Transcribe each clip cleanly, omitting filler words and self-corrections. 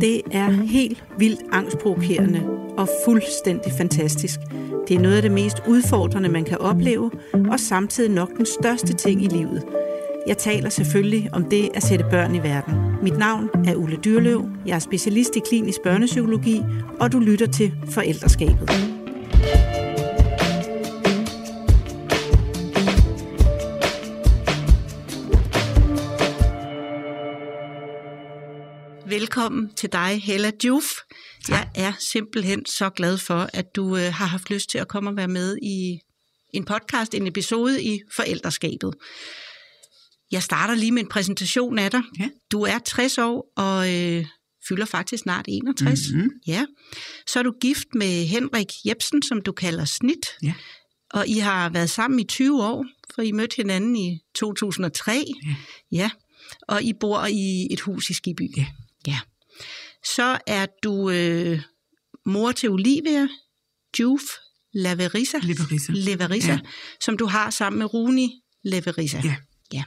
Det er helt vildt angstprovokerende og fuldstændig fantastisk. Det er noget af det mest udfordrende, man kan opleve, og samtidig nok den største ting i livet. Jeg taler selvfølgelig om det at sætte børn i verden. Mit navn er Ulle Dyrløv, jeg er specialist i klinisk børnepsykologi, og du lytter til Forældreskabet. Velkommen til dig, Hella Joof. Jeg er simpelthen så glad for, at du har haft lyst til at komme og være med i en podcast, en episode i Forældreskabet. Jeg starter lige med en præsentation af dig. Ja. Du er 60 år og fylder faktisk snart 61. Mm-hmm. Ja. Så er du gift med Henrik Jebsen, som du kalder Snit. Ja. Og I har været sammen i 20 år, for I mødte hinanden i 2003. Ja. Ja. Og I bor i et hus i Skibby. Ja. Ja. Så er du mor til Olivia Joof Leverissa, ja. Som du har sammen med Runi Leverissa. Ja. Ja.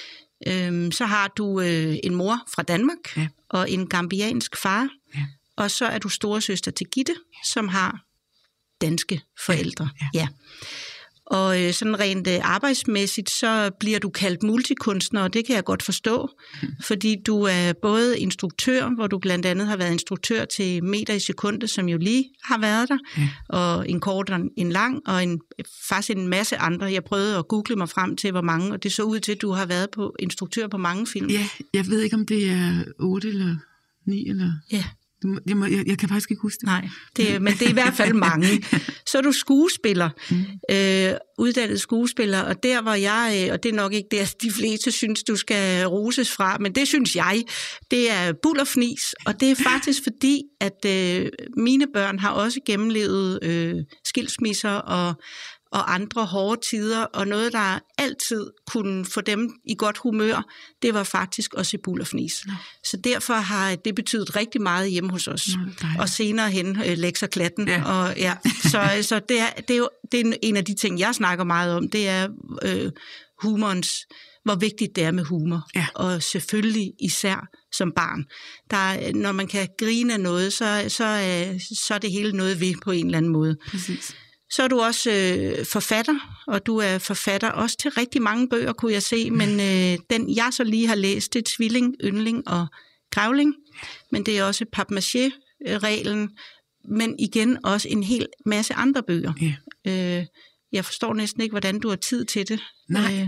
Så har du en mor fra Danmark, ja. Og en gambiansk far, ja. Og så er du storesøster til Gitte, som har danske forældre. Ja. Ja. Ja. Og sådan rent arbejdsmæssigt, så bliver du kaldt multikunstner, og det kan jeg godt forstå, fordi du er både instruktør, hvor du blandt andet har været instruktør til Meter i sekundet, som jo lige har været der, ja. Og en kort og en lang, og faktisk en masse andre. Jeg prøvede at google mig frem til, hvor mange, og det så ud til, at du har været instruktør på mange film. Ja, jeg ved ikke, om det er 8 eller 9 eller... Ja. Jeg kan faktisk ikke huske det. Nej, men det er i hvert fald mange. Så er du skuespiller, uddannet skuespiller, og der var jeg, og det er nok ikke det, de fleste synes, du skal roses fra, men det synes jeg, det er bull og fnis, og det er faktisk fordi, at mine børn har også gennemlevet skilsmisser og andre hårde tider, og noget, der altid kunne få dem i godt humør, det var faktisk at se bull og fnis. No. Så derfor har det betydet rigtig meget hjemme hos os. Og senere hen lektier klatten. Ja. Og, ja, så det er en af de ting, jeg snakker meget om, det er humorens, hvor vigtigt det er med humor. Ja. Og selvfølgelig især som barn. Når man kan grine af noget, så er det hele noget ved på en eller anden måde. Præcis. Så er du også forfatter, og du er forfatter også til rigtig mange bøger, kunne jeg se, men den jeg så lige har læst, det er Tvilling, Yndling og Grævling, men det er også Papier-Mâché-reglen, men igen også en hel masse andre bøger. Ja. Jeg forstår næsten ikke, hvordan du har tid til det. Nej.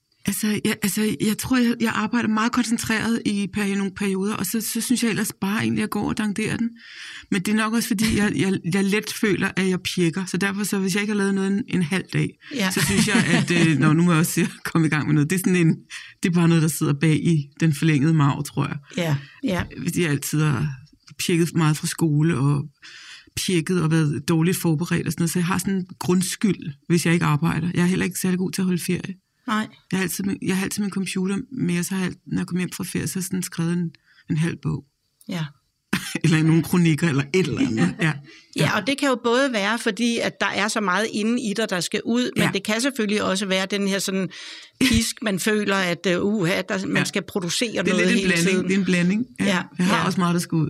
Jeg tror, jeg arbejder meget koncentreret i nogle perioder, og så synes jeg ellers bare egentlig, at jeg går og danderer den. Men det er nok også, fordi jeg let føler, at jeg pjekker. Så derfor, så hvis jeg ikke har lavet noget en halv dag, ja. Så synes jeg, at nu må jeg også komme i gang med noget. Det er, det er bare noget, der sidder bag i den forlængede marv, tror jeg. Ja. Ja. Hvis jeg altid har pjekket meget fra skole, og pjekket og været dårligt forberedt og sådan noget, så jeg har sådan en grundskyld, hvis jeg ikke arbejder. Jeg er heller ikke særlig god til at holde ferie. Nej. Jeg har altid min computer med, og så har jeg, når jeg kommer hjem fra ferie, så har jeg sådan skrevet en halv bog. Ja. Eller nogle kronikker, eller et eller andet. Ja. Ja, og det kan jo både være, fordi at der er så meget inde i dig, der skal ud, men det kan selvfølgelig også være den her sådan pisk, man føler, at man skal producere noget hele tiden. Det er en blanding. Ja. Ja. Jeg har også meget, der skal ud.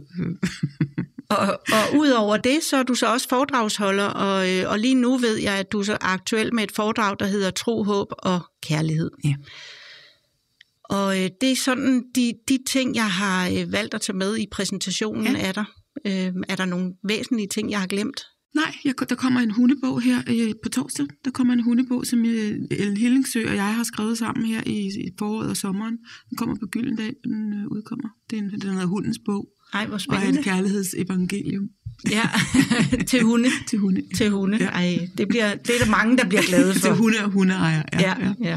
Og ud over det, så er du så også foredragsholder, og lige nu ved jeg, at du er så aktuel med et foredrag, der hedder Tro, Håb og Kærlighed. Ja. Og det er sådan de ting, jeg har valgt at tage med i præsentationen af dig. Er der nogle væsentlige ting, jeg har glemt? Nej, der kommer en hundebog her på torsdag. Der kommer en hundebog, som Ellen Hillingsø og jeg har skrevet sammen her i foråret og sommeren. Den kommer på Gyldendal, den udkommer. Den hedder Hundens bog. Ej, hvor spændende. Og et kærlighedsevangelium. Ja, til hunde. Til hunde. Ja. Ej, det er der mange, der bliver glade for. Til hunde og hundeejer. Ja.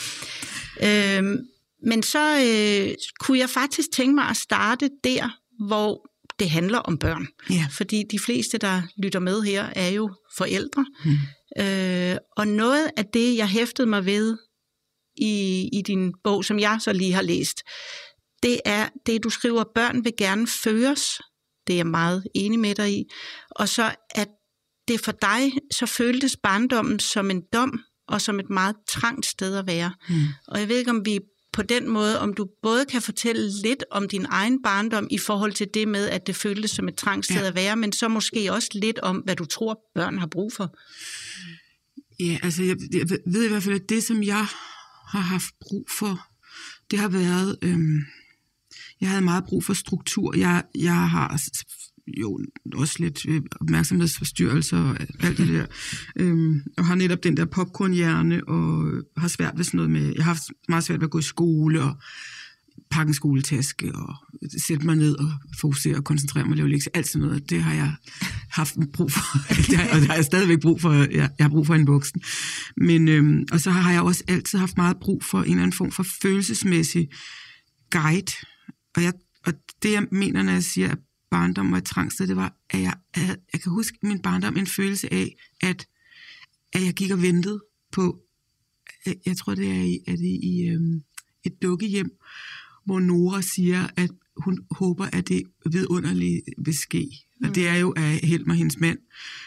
Men så kunne jeg faktisk tænke mig at starte der, hvor det handler om børn. Ja. Fordi de fleste, der lytter med her, er jo forældre. Og noget af det, jeg hæftede mig ved i din bog, som jeg så lige har læst, det er det, du skriver, børn vil gerne føres. Det er jeg meget enig med dig i. Og så at det for dig, så føltes barndommen som en dom, og som et meget trangt sted at være. Og jeg ved ikke, om vi på den måde, om du både kan fortælle lidt om din egen barndom i forhold til det med, at det føltes som et trangsted at være, men så måske også lidt om, hvad du tror, børn har brug for. Ja, altså jeg ved i hvert fald, at det, som jeg har haft brug for, det har været, jeg havde meget brug for struktur. Jeg har jo også lidt opmærksomhedsforstyrrelser og alt det der, og har netop den der popcornhjerne, og har svært ved sådan noget med, jeg har haft meget svært ved at gå i skole, og pakke en skoletaske, og sætte mig ned og fokusere og koncentrere mig og lave lektier, alt sådan noget. Det har jeg haft brug for, og det har jeg stadigvæk brug for. Jeg har brug for en voksen. Men, og så har jeg også altid haft meget brug for en eller anden form for følelsesmæssig guide. Og det, jeg mener, når jeg siger, at barndom var et trangsted, det var, at jeg kan huske min barndom en følelse af, at jeg gik og ventede på, jeg tror, det er i et dukkehjem, hvor Nora siger, at hun håber, at det vidunderlige vil ske. Og det er jo, at Helmer, hendes mand,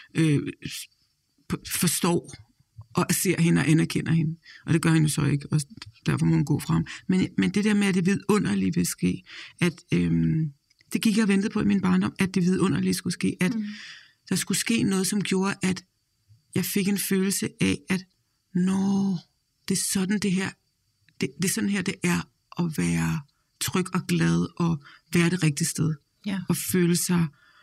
forstår og ser hende og anerkender hende. Og det gør hende så ikke, og derfor må hun gå frem. Men det der med, at det vidunderlige vil ske, at det gik jeg og ventede på i min barndom, at det vidunderlige skulle ske, at der skulle ske noget, som gjorde, at jeg fik en følelse af, at det er sådan det her, det er sådan her, det er at være tryg og glad og være det rigtige sted. Ja. Og føle sig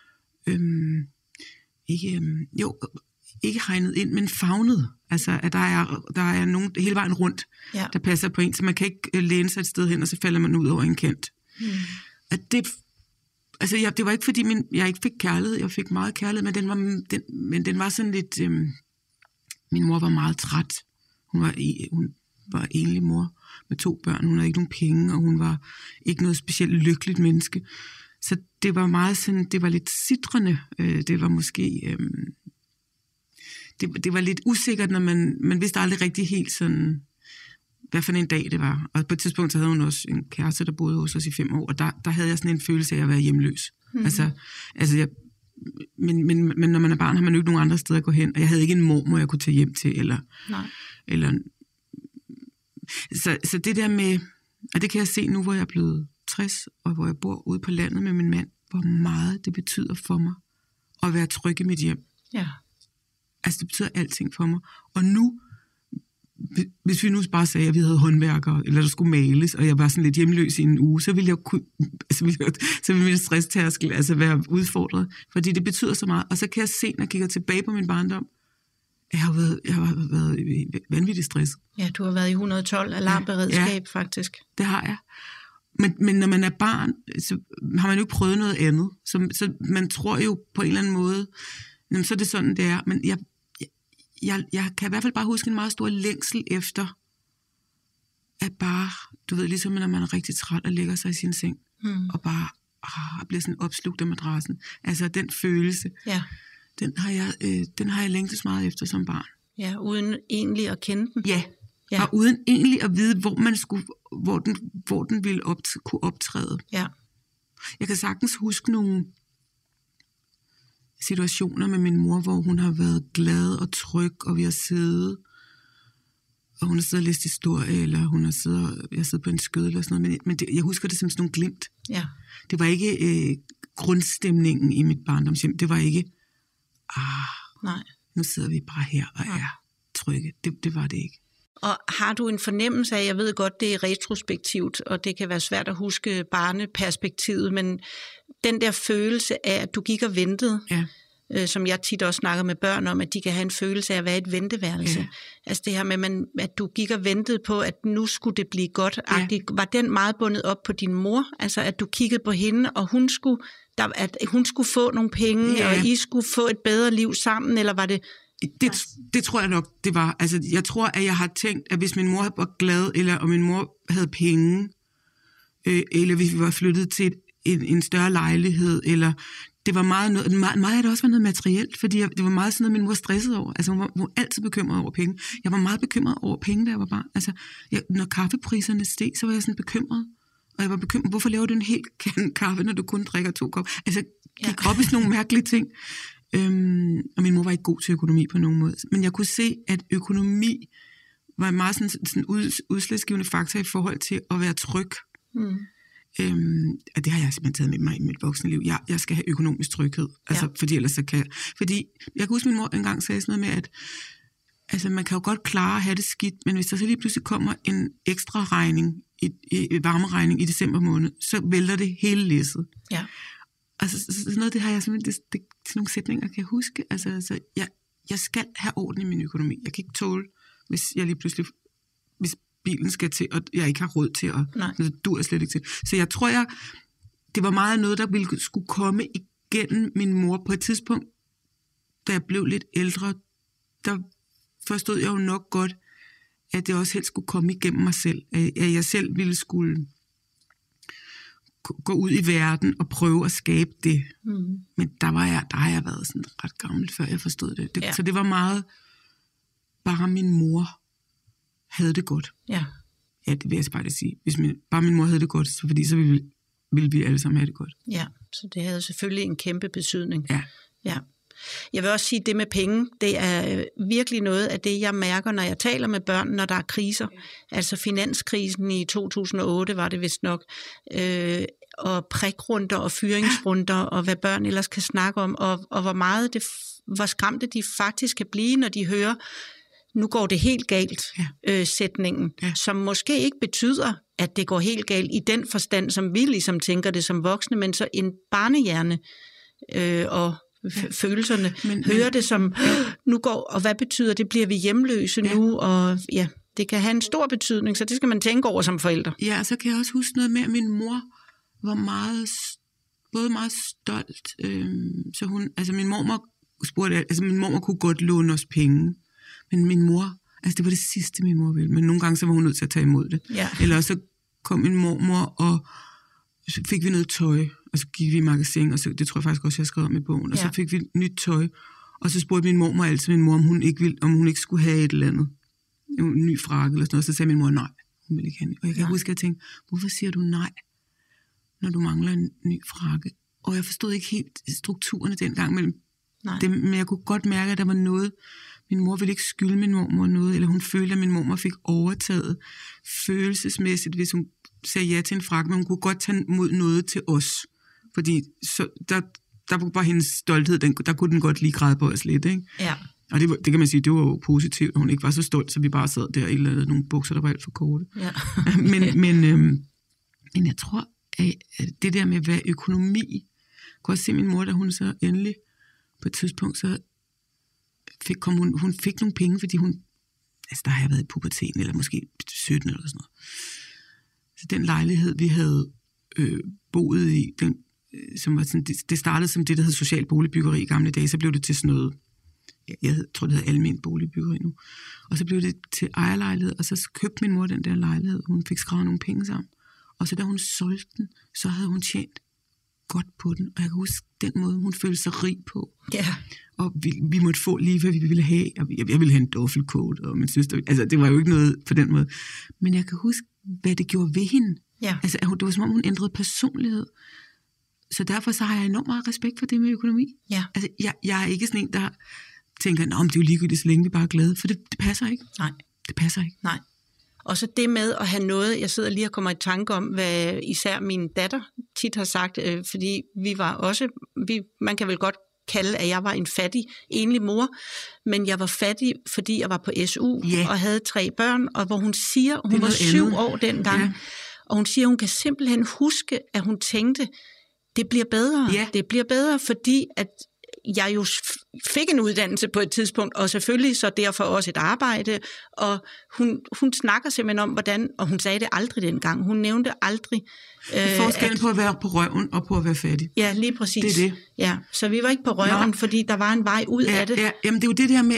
ikke hegnet ind, men favnet. Altså, at der er nogen hele vejen rundt, der passer på en, så man kan ikke læne sig et sted hen, og så falder man ud over en kant. At det, altså, det var ikke fordi, jeg ikke fik kærlighed. Jeg fik meget kærlighed, men den var sådan lidt... min mor var meget træt. Hun var enlig mor med 2 børn. Hun havde ikke nogen penge, og hun var ikke noget specielt lykkeligt menneske. Så det var meget sådan, det var lidt sitrende. Det var måske... Det var lidt usikkert, når man vidste aldrig rigtig helt sådan, hvad for en dag det var. Og på et tidspunkt så havde hun også en kæreste, der boede hos os i 5 år, og der havde jeg sådan en følelse af at være hjemløs. Men når man er barn, har man jo ikke nogen andre steder at gå hen, og jeg havde ikke en mormor, jeg kunne tage hjem til, så det der med, og det kan jeg se nu, hvor jeg er blevet 60, og hvor jeg bor ude på landet med min mand, hvor meget det betyder for mig at være tryg i mit hjem. Ja. Altså, det betyder alting for mig. Og nu, hvis vi nu bare sagde, at vi havde håndværkere, eller der skulle males, og jeg var sådan lidt hjemløs i en uge, så ville min stresstærskel være udfordret. Fordi det betyder så meget. Og så kan jeg se, når jeg kigger tilbage på min barndom, jeg har været vanvittigt stresset. Ja, du har været i 112 alarmberedskab, faktisk. Det har jeg. Men når man er barn, så har man jo ikke prøvet noget andet. Så man tror jo på en eller anden måde, så er det sådan, det er. Men jeg kan i hvert fald bare huske en meget stor længsel efter, at bare, du ved, ligesom når man er rigtig træt og lægger sig i sin seng, og bare bliver sådan opslugt af madrassen. Altså den følelse, den har jeg længtes meget efter som barn. Ja, uden egentlig at kende den. Ja. Og uden egentlig at vide, hvor den ville kunne optræde. Ja. Jeg kan sagtens huske nogle situationer med min mor, hvor hun har været glad og tryg, og vi har siddet, og hun har siddet og læst historie, eller jeg har siddet på en skød, eller sådan noget, men jeg husker det som sådan nogle glimt. Ja. Det var ikke grundstemningen i mit barndomshjem. Det var ikke, nu sidder vi bare her og er trygge. Det var det ikke. Og har du en fornemmelse af, jeg ved godt, det er retrospektivt, og det kan være svært at huske barneperspektivet, men den der følelse af, at du gik og ventede, som jeg tit også snakker med børn om, at de kan have en følelse af at være et venteværelse. Ja. Altså det her med, at du gik og ventede på, at nu skulle det blive godt. Ja. Var den meget bundet op på din mor? Altså at du kiggede på hende, og at hun skulle få nogle penge, og I skulle få et bedre liv sammen, eller var det... Det tror jeg nok, det var. Altså, jeg tror, at jeg har tænkt, at hvis min mor var glad, eller om min mor havde penge, eller hvis vi var flyttet til en større lejlighed, eller det var meget af det også var noget materielt, fordi det var meget sådan noget, min mor stressede over. Altså, hun var altid bekymret over penge. Jeg var meget bekymret over penge, da jeg var barn. Altså, når kaffepriserne steg, så var jeg sådan bekymret. Og jeg var bekymret, hvorfor laver du en hel kande kaffe, når du kun drikker 2 kopper? Altså, gik op i sådan nogle mærkelige ting. Og min mor var ikke god til økonomi på nogen måde. Men jeg kunne se, at økonomi var meget sådan udslagsgivende faktor i forhold til at være tryg. Og det har jeg simpelthen taget med mig i mit voksne liv. Jeg skal have økonomisk tryghed, altså, fordi ellers så kan... Fordi jeg kan huske, min mor engang sagde sådan noget med, at altså, man kan jo godt klare at have det skidt, men hvis der så lige pludselig kommer en ekstra regning, varmeregning i december måned, så vælter det hele læsset. Ja. Altså, sådan noget, det har jeg simpelthen... Det sådan nogle sætninger kan jeg huske. Altså jeg skal have orden i min økonomi. Jeg kan ikke tåle, hvis jeg lige pludselig... Hvis bilen skal til, og jeg ikke har råd til, og det dur jeg slet ikke til. Så jeg tror, det var meget noget, der skulle komme igennem min mor på et tidspunkt, da jeg blev lidt ældre. Der forstod jeg jo nok godt, at det også helst skulle komme igennem mig selv. At jeg selv ville skulle gå ud i verden og prøve at skabe det. Men der har jeg været sådan ret gammel, før jeg forstod det. Så det var meget bare min mor havde det godt. Ja, det vil jeg bare sige. Hvis bare min mor havde det godt, så ville vi alle sammen have det godt. Ja, så det havde selvfølgelig en kæmpe betydning. Ja. Jeg vil også sige, det med penge, det er virkelig noget af det, jeg mærker, når jeg taler med børn, når der er kriser. Altså finanskrisen i 2008 var det vist nok, og prikrunder og fyringsrunder, og hvad børn ellers kan snakke om, og hvor skræmte de faktisk kan blive, når de hører, nu går det helt galt, sætningen, som måske ikke betyder, at det går helt galt i den forstand, som vi ligesom tænker det som voksne, men så en barnehjerne og følelserne hører det som, nu går, og hvad betyder det, bliver vi hjemløse nu, og det kan have en stor betydning, så det skal man tænke over som forældre. Ja, og så kan jeg også huske noget med, at min mor var både meget stolt, så hun, altså min mormor spurgte, altså min mormor kunne godt låne os penge, men min mor, altså det var det sidste, min mor ville. Men nogle gange, så var hun nødt til at tage imod det. Ja. Eller så kom min mormor, og så fik vi noget tøj, og så gik vi i magasin, og så, det tror jeg faktisk også, jeg skrev om i bogen, og så fik vi nyt tøj, og så spurgte min mormor altid min mor, om hun ikke skulle have et eller andet. En ny frakke eller sådan noget, så sagde min mor, nej, hun ville ikke have. Og jeg kan huske, at jeg tænkte, hvorfor siger du nej, når du mangler en ny frakke? Og jeg forstod ikke helt strukturerne dengang mellem dem, men jeg kunne godt mærke, at der var noget. Min mor ville ikke skylde min mormor noget, eller hun følte, at min mormor fik overtaget følelsesmæssigt, hvis hun sagde ja til en frakke, men hun kunne godt tage imod noget til os. Fordi så, der var hendes stolthed, der kunne den godt lige græde på os lidt, ikke? Ja. Og det kan man sige, det var jo positivt, at hun ikke var så stolt, så vi bare sad der i nogle bukser, der var alt for korte. Ja. men jeg tror, at det der med, hvad økonomi, kunne også se min mor, da hun så endelig på et tidspunkt, så hun fik nogle penge, fordi hun, altså der har jeg været i puberteten, eller måske 17 eller sådan noget. Så den lejlighed, vi havde boet i, den, som var sådan, det startede som det, der hed social boligbyggeri i gamle dage, så blev det til sådan noget, jeg tror, det hedder almen boligbyggeri nu, og så blev det til ejerlejlighed, og så købte min mor den der lejlighed, hun fik skrevet nogle penge sammen, og så da hun solgte den, så havde hun tjent godt på den, og jeg kan huske den måde, hun følte sig rig på. Ja. Og vi måtte få lige, hvad vi ville have. Jeg ville have en duffelcoat, og min søster, altså det var jo ikke noget på den måde. Men jeg kan huske, hvad det gjorde ved hende. Ja. Altså det var som om, hun ændrede personlighed. Så derfor så har jeg enormt meget respekt for det med økonomi. Ja. Altså jeg er ikke sådan en, der tænker, nå, men det er jo ligegyldigt, så længe vi bare er glade, for det passer ikke. Nej. Det passer ikke. Nej. Og så det med at have noget, jeg sidder lige og kommer i tanke om, hvad især min datter tit har sagt, fordi man kan vel godt kalde, at jeg var en fattig, enlig mor, men jeg var fattig, fordi jeg var på SU og havde 3 børn, og hvor hun siger, hun var 7 år dengang, og hun siger, hun kan simpelthen huske, at hun tænkte, det bliver bedre, det bliver bedre, fordi at jeg jo fik en uddannelse på et tidspunkt, og selvfølgelig så derfor også et arbejde, og hun snakker simpelthen om, hvordan, og hun sagde det aldrig dengang, hun nævnte aldrig... forskellen på at være på røven og på at være fattig. Ja, lige præcis. Det er det. Ja, så vi var ikke på røven, fordi der var en vej ud af det. Ja, jamen det er jo det der med,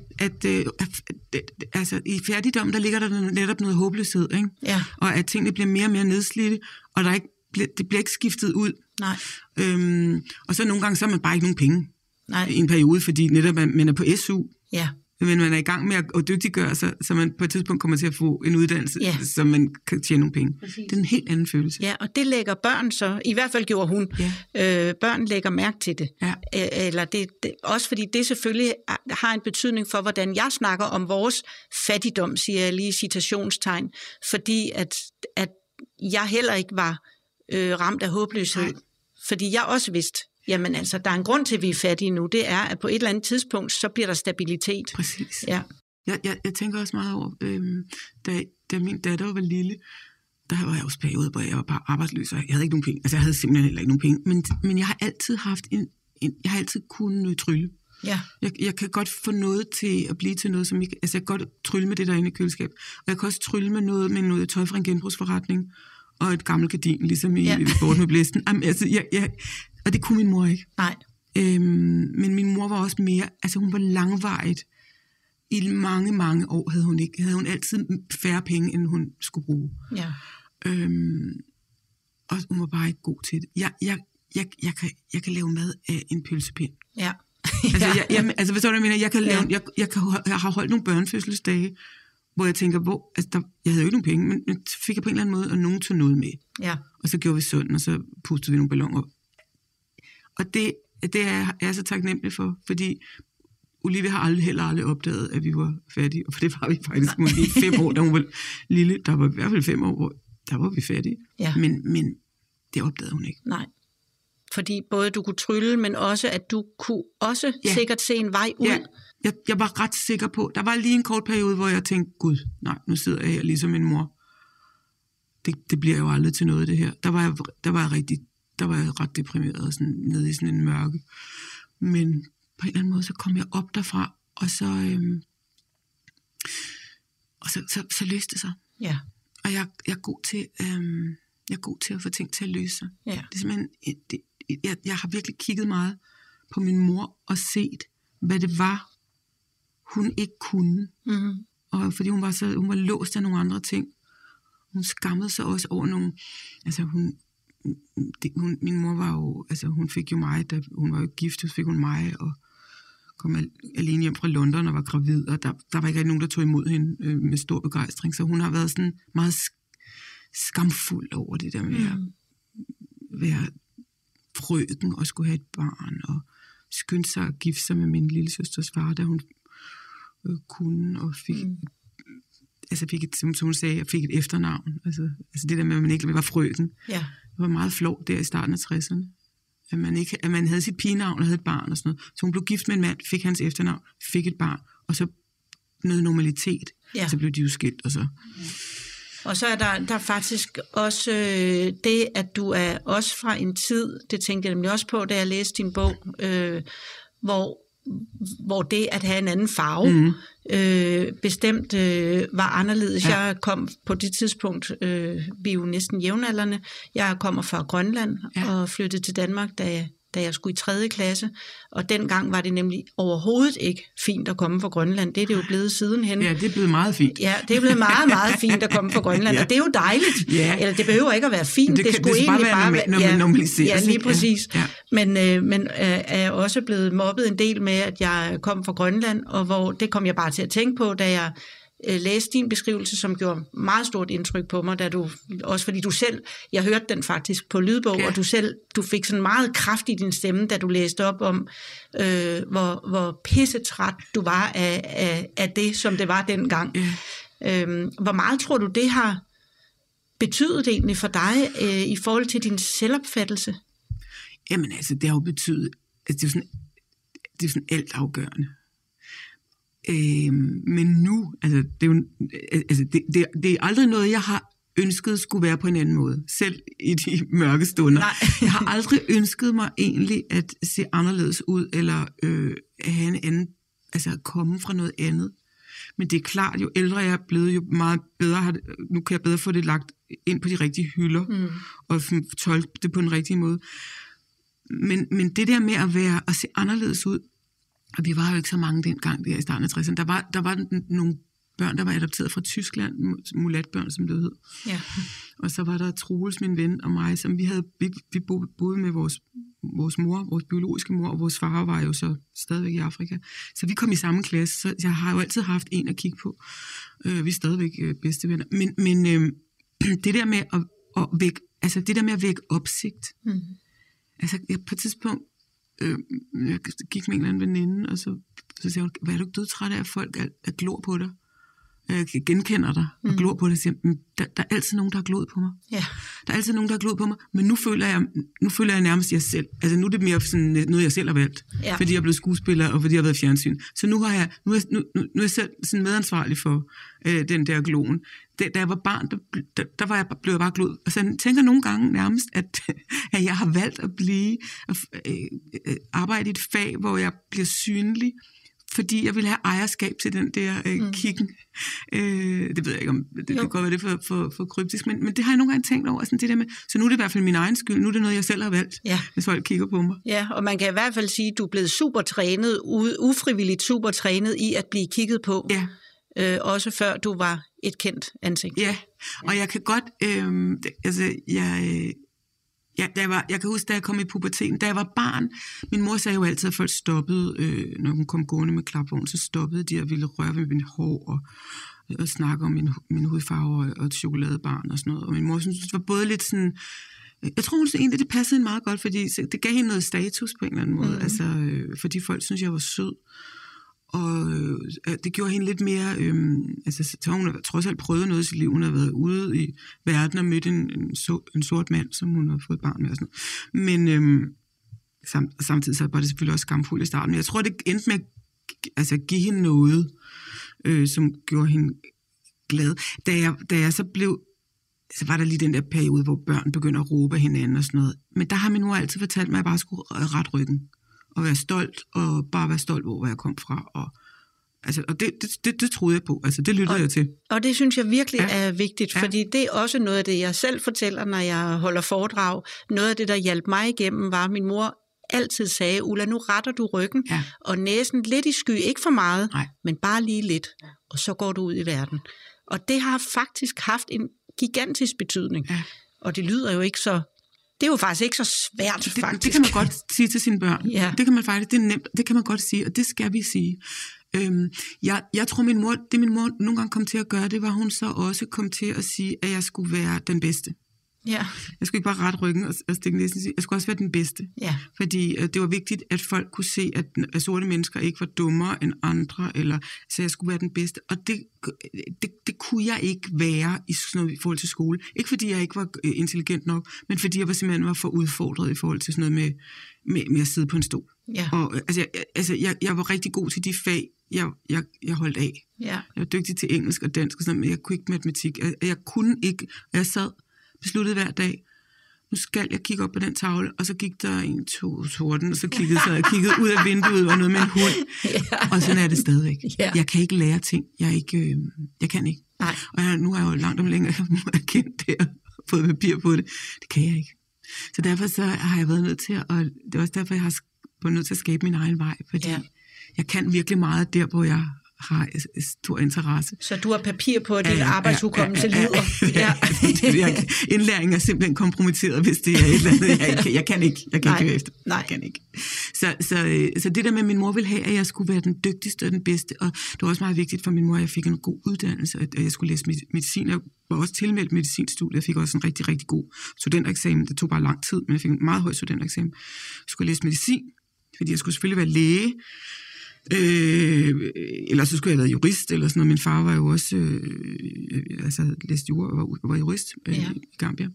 at altså, i fattigdom, der ligger der netop noget håbløshed, ikke? Ja. Og at tingene bliver mere og mere nedslidte, og det bliver ikke skiftet ud. Nej. Og så nogle gange, så har man bare ikke nogen penge i en periode, fordi netop man er på SU. Ja. Men man er i gang med at dygtiggøre sig, så man på et tidspunkt kommer til at få en uddannelse, så man kan tjene nogle penge. Præcis. Det er en helt anden følelse. Ja, og det lægger børn så, i hvert fald gjorde hun, børn lægger mærke til det. Ja. Eller det. Også fordi det selvfølgelig har en betydning for, hvordan jeg snakker om vores fattigdom, siger jeg lige i citationstegn, fordi at jeg heller ikke var ramt af håbløshed. Nej. Fordi jeg også vidste, jamen altså, der er en grund til, at vi er fattige nu. Det er, at på et eller andet tidspunkt, så bliver der stabilitet. Præcis. Ja. Jeg tænker også meget over, da min datter var lille, der var jeg også periode, hvor jeg var bare arbejdsløs, og jeg havde ikke nogen penge. Altså, jeg havde simpelthen heller ikke nogen penge. Men jeg har altid haft jeg har altid kunnet trylle. Ja. Jeg kan godt få noget til at blive til noget, som ikke... Altså, jeg kan godt trylle med det, der inde i køleskab. Og jeg kan også trylle med noget tøj fra en genbrugsforretning, og et gammelt gardin, ligesom i Bort med Blæsten. Altså, og det kunne min mor ikke. Nej. Men min mor var også mere... Altså, hun var langvarigt. I mange, mange år havde hun altid færre penge, end hun skulle bruge. Ja. Og hun var bare ikke god til det. Jeg kan lave mad af en pølsepind. Ja. Altså, hvad så jeg mener? Jeg har holdt nogle børnefødselsdage, hvor jeg tænker, jeg havde jo ikke nogen penge, men så fik jeg på en eller anden måde, og nogen tog noget med. Ja. Og så gjorde vi sådan, og så pustede vi nogle balloner. Og det er jeg så taknemmelig for, fordi Olivia har heller aldrig opdaget, at vi var fattige, og for det var vi faktisk måske i 5 år, da hun var lille. Der var i hvert fald 5 år, hvor der var vi fattige. Ja. Men det opdagede hun ikke. Nej. Fordi både du kunne trylle, men også, at du kunne også sikkert se en vej ud. Ja. Jeg var ret sikker på, der var lige en kort periode, hvor jeg tænkte, gud, nej, nu sidder jeg her ligesom min mor. Det bliver jo aldrig til noget, det her. Der var jeg ret deprimeret og sådan, nede i sådan en mørke. Men på en eller anden måde, så kom jeg op derfra, og så løste det sig. Ja. Og jeg er god til at få ting til at løse sig. Ja. Det er simpelthen, jeg har virkelig kigget meget på min mor og set, hvad det var, hun ikke kunne. Mm-hmm. Og fordi hun var låst af nogle andre ting. Hun skammede sig også over nogle... Altså min mor var jo... Altså hun fik jo mig, da hun var jo gift, så fik hun mig, og kom alene hjem fra London og var gravid, og der var ikke nogen, der tog imod hende med stor begejstring. Så hun har været sådan meget skamfuld over det der med at være frøken og skulle have et barn, og skyndte sig at gifte sig med min lille søsters far, da hun kunne, og fik som hun sagde, fik et efternavn. Altså det der med, at man ikke var frøken. Ja. Det var meget flot der i starten af 60'erne. At man havde sit pigenavn og havde et barn og sådan noget. Så hun blev gift med en mand, fik hans efternavn, fik et barn, og så noget normalitet. Ja. Så blev de jo skilt, og så... Og så er der faktisk også det, at du er også fra en tid, det tænkte jeg nemlig også på, da jeg læste din bog, hvor det at have en anden farve bestemt var anderledes. Ja. Jeg kom på det tidspunkt, vi er jo næsten jævnaldrende, jeg kommer fra Grønland og flyttede til Danmark, da jeg skulle i 3. klasse, og dengang var det nemlig overhovedet ikke fint at komme fra Grønland. Det er det jo blevet sidenhen. Ja, det er blevet meget fint. Ja, det er blevet meget, meget fint at komme fra Grønland, og det er jo dejligt. Ja. Eller det behøver ikke at være fint. Det skulle egentlig bare være, når man normaliseres. Ja, lige præcis. Ja. Men er også blevet mobbet en del med, at jeg kom fra Grønland, og hvor det kom jeg bare til at tænke på, da jeg læste din beskrivelse, som gjorde meget stort indtryk på mig, også fordi du selv, jeg hørte den faktisk på lydbog, og du fik sådan meget kraft i din stemme, da du læste op om, hvor pissetræt du var af det, som det var dengang. Hvor meget tror du, det har betydet egentlig for dig i forhold til din selvopfattelse? Jamen altså, det har jo betydet, altså, det er sådan altafgørende. Men nu, altså, det er aldrig noget, jeg har ønsket skulle være på en anden måde, selv i de mørke stunder. Jeg har aldrig ønsket mig egentlig at se anderledes ud, eller have en anden, altså komme fra noget andet. Men det er klart, jo ældre jeg er blevet, jo meget bedre nu kan jeg bedre få det lagt ind på de rigtige hylder, og tolke det på en rigtig måde. Men det der med at se anderledes ud, og vi var jo ikke så mange dengang der i starten af 60'erne. Der var nogle børn, der var adopteret fra Tyskland, mulatbørn, som det hed. Ja. Og så var der Troels, min ven, og mig, som vi boede med vores mor, vores biologiske mor, og vores far var jo så stadigvæk i Afrika. Så vi kom i samme klasse, så jeg har jo altid haft en at kigge på. Vi er stadigvæk bedste venner. Men det der med at vække opsigt. Altså, jeg på et tidspunkt jeg gik med en eller anden veninde, og så sagde hun, hvad er du ikke dødtræt af, at folk er glor på dig? Genkender dig og glor på dig, siger, der er altid nogen, der har gloet på mig. Ja. Der er altid nogen, der har gloet på mig, men nu føler jeg nærmest jeg selv. Altså nu er det mere sådan noget, jeg selv har valgt, fordi jeg er blevet skuespiller, og fordi jeg har været i fjernsyn. Så nu er jeg selv sådan medansvarlig for den der gloen. Da jeg var barn, blev jeg bare gloet. Og så jeg tænker nogle gange nærmest, at jeg har valgt at arbejde i et fag, hvor jeg bliver synlig, fordi jeg vil have ejerskab til den der kiggen. Det ved jeg ikke, om det kan godt være det for kryptisk, men det har jeg nogle gange tænkt over. Sådan det der med, så nu er det i hvert fald min egen skyld. Nu er det noget, jeg selv har valgt, hvis folk kigger på mig. Ja, og man kan i hvert fald sige, at du er blevet super trænet, ufrivilligt super trænet i at blive kigget på. Ja. Også før du var et kendt ansigt. Ja, og jeg kan godt... jeg kan huske, da jeg kom i puberteten, da jeg var barn, min mor sagde jo altid, at folk stoppede, når hun kom gående med klapvogn, så stoppede de og ville røre ved min hår og snakke om min hudfarve og et chokoladebarn og sådan noget. Og min mor synes, det var både lidt sådan... Jeg tror, hun egentlig, det passede hende meget godt, fordi det gav hende noget status på en eller anden måde, altså, fordi folk synes, jeg var sød. Og det gjorde hende lidt mere, så hun har trods alt prøvet noget i sit liv. Hun har været ude i verden og mødt en sort mand, som hun har fået barn med og sådan noget. Men samtidig så var det selvfølgelig også skamfuldt i starten. Men jeg tror, det endte med at give hende noget, som gjorde hende glad. Da jeg så blev, så var der lige den der periode, hvor børn begynder at råbe hinanden og sådan noget. Men der har min mor altid fortalt mig, at jeg bare skulle rette ryggen. Og være stolt, og bare være stolt over, hvor jeg kom fra. Og det troede jeg på. Altså, det lyttede jeg til. Og det synes jeg virkelig er vigtigt, fordi det er også noget af det, jeg selv fortæller, når jeg holder foredrag. Noget af det, der hjalp mig igennem, var, at min mor altid sagde, Ulla, nu retter du ryggen, og næsen lidt i sky, ikke for meget, men bare lige lidt, og så går du ud i verden. Og det har faktisk haft en gigantisk betydning. Ja. Og det lyder jo ikke så... Det er jo faktisk ikke så svært, faktisk. Det kan man godt sige til sine børn. Ja. Det kan man faktisk, det er nemt, det kan man godt sige, og det skal vi sige. Jeg tror, min mor nogle gange kom til at gøre, det var, hun så også kom til at sige, at jeg skulle være den bedste. Ja. Jeg skulle ikke bare rette ryggen og stikke næsten sige, jeg skulle også være den bedste. Ja. Fordi det var vigtigt, at folk kunne se, at sorte mennesker ikke var dummere end andre, eller så jeg skulle være den bedste. Og det kunne jeg ikke være i forhold til skole. Ikke fordi jeg ikke var intelligent nok, men fordi jeg simpelthen var for udfordret i forhold til sådan noget med at sidde på en stol. Ja. Og jeg var rigtig god til de fag, jeg holdt af. Ja. Jeg var dygtig til engelsk og dansk og sådan noget, men jeg kunne ikke matematik. Jeg kunne ikke, jeg sad besluttede hver dag, nu skal jeg kigge op på den tavle, og så gik der en torden, og så kiggede jeg ud af vinduet, og noget med en hund, og sådan er det stadigvæk. Ja. Jeg kan ikke lære ting, jeg kan ikke. Nej. Og nu har jeg jo langt om længe erkendt det, og fået papir på det. Det kan jeg ikke. Så derfor så har jeg været nødt til, og det er også derfor, jeg har været nødt til at skabe min egen vej, fordi jeg kan virkelig meget der, hvor jeg har stor interesse. Så du har papir på, at din arbejdshukommelse lider? Ja. Indlæringen er simpelthen kompromitteret, hvis det er et eller andet. Jeg kan ikke høre efter. Nej. Jeg kan ikke. Så det der med, at min mor ville have, at jeg skulle være den dygtigste og den bedste, og det var også meget vigtigt for min mor, at jeg fik en god uddannelse, at jeg skulle læse medicin. Jeg var også tilmeldt medicinstudiet. Jeg fik også en rigtig, rigtig god studentereksamen. Det tog bare lang tid, men jeg fik en meget høj studentereksamen. Jeg skulle læse medicin, fordi jeg skulle selvfølgelig være læge. Eller så skulle jeg have været jurist eller sådan noget. Min far var jo også læste jura og var jurist i Gambia.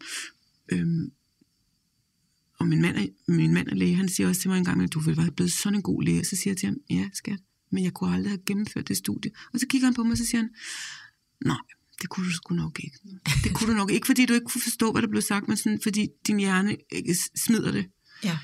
Og min mand er læge. Han siger også til mig en gang, at du ville være blevet sådan en god læge. Så siger jeg til ham, ja skat, men jeg kunne aldrig have gennemført det studie. Og så kigger han på mig, og så siger han, nej, det kunne du sgu nok ikke. Det kunne du nok ikke, fordi du ikke kunne forstå, hvad der blev sagt, men sådan, fordi din hjerne smider det. Ja.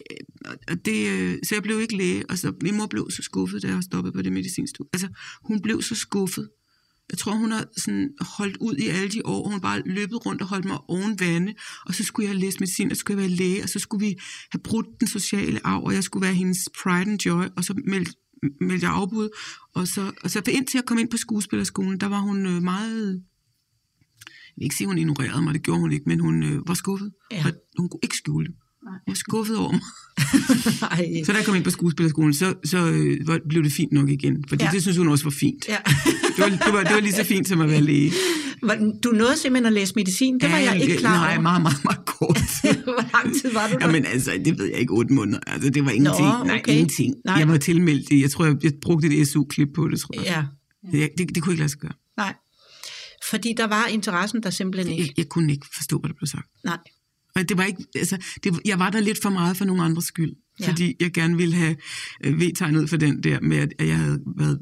Så jeg blev ikke læge, og så min mor blev så skuffet, da jeg stoppede på det medicinstudie. Altså, hun blev så skuffet. Jeg tror, hun har sådan holdt ud i alle de år, og hun bare løbet rundt og holdt mig oven vande, og så skulle jeg læse medicin, og så skulle jeg være læge, og så skulle vi have brudt den sociale arv, og jeg skulle være hendes pride and joy, og så meldte jeg afbud, og så indtil jeg kom ind på skuespillerskolen, der var hun meget, jeg vil ikke sige, hun ignorerede mig, det gjorde hun ikke, men hun var skuffet, og hun kunne ikke skjule det. Hun var skuffet over mig. Så da jeg kom ind på skuespillerskolen, så blev det fint nok igen, fordi det synes hun også var fint. Ja. det var lige så fint som at være læge. Du nåede simpelthen at læse medicin, det var jeg ikke klar over. Nej, meget, meget, meget kort. Hvor lang tid var du der? Jamen altså, det ved jeg ikke, 8 måneder. Altså, det var ingenting. Nej, ingenting. Nej. Jeg var tilmeldt det. Jeg tror, jeg brugte et SU-klip på det, tror jeg. Ja. Det kunne ikke lade sig gøre. Nej, fordi der var interessen der simpelthen ikke. Jeg kunne ikke forstå, hvad der blev sagt. Nej. Og det var ikke, altså, jeg var der lidt for meget for nogle andres skyld, fordi jeg gerne ville have vedtegnet for den der med, at jeg havde været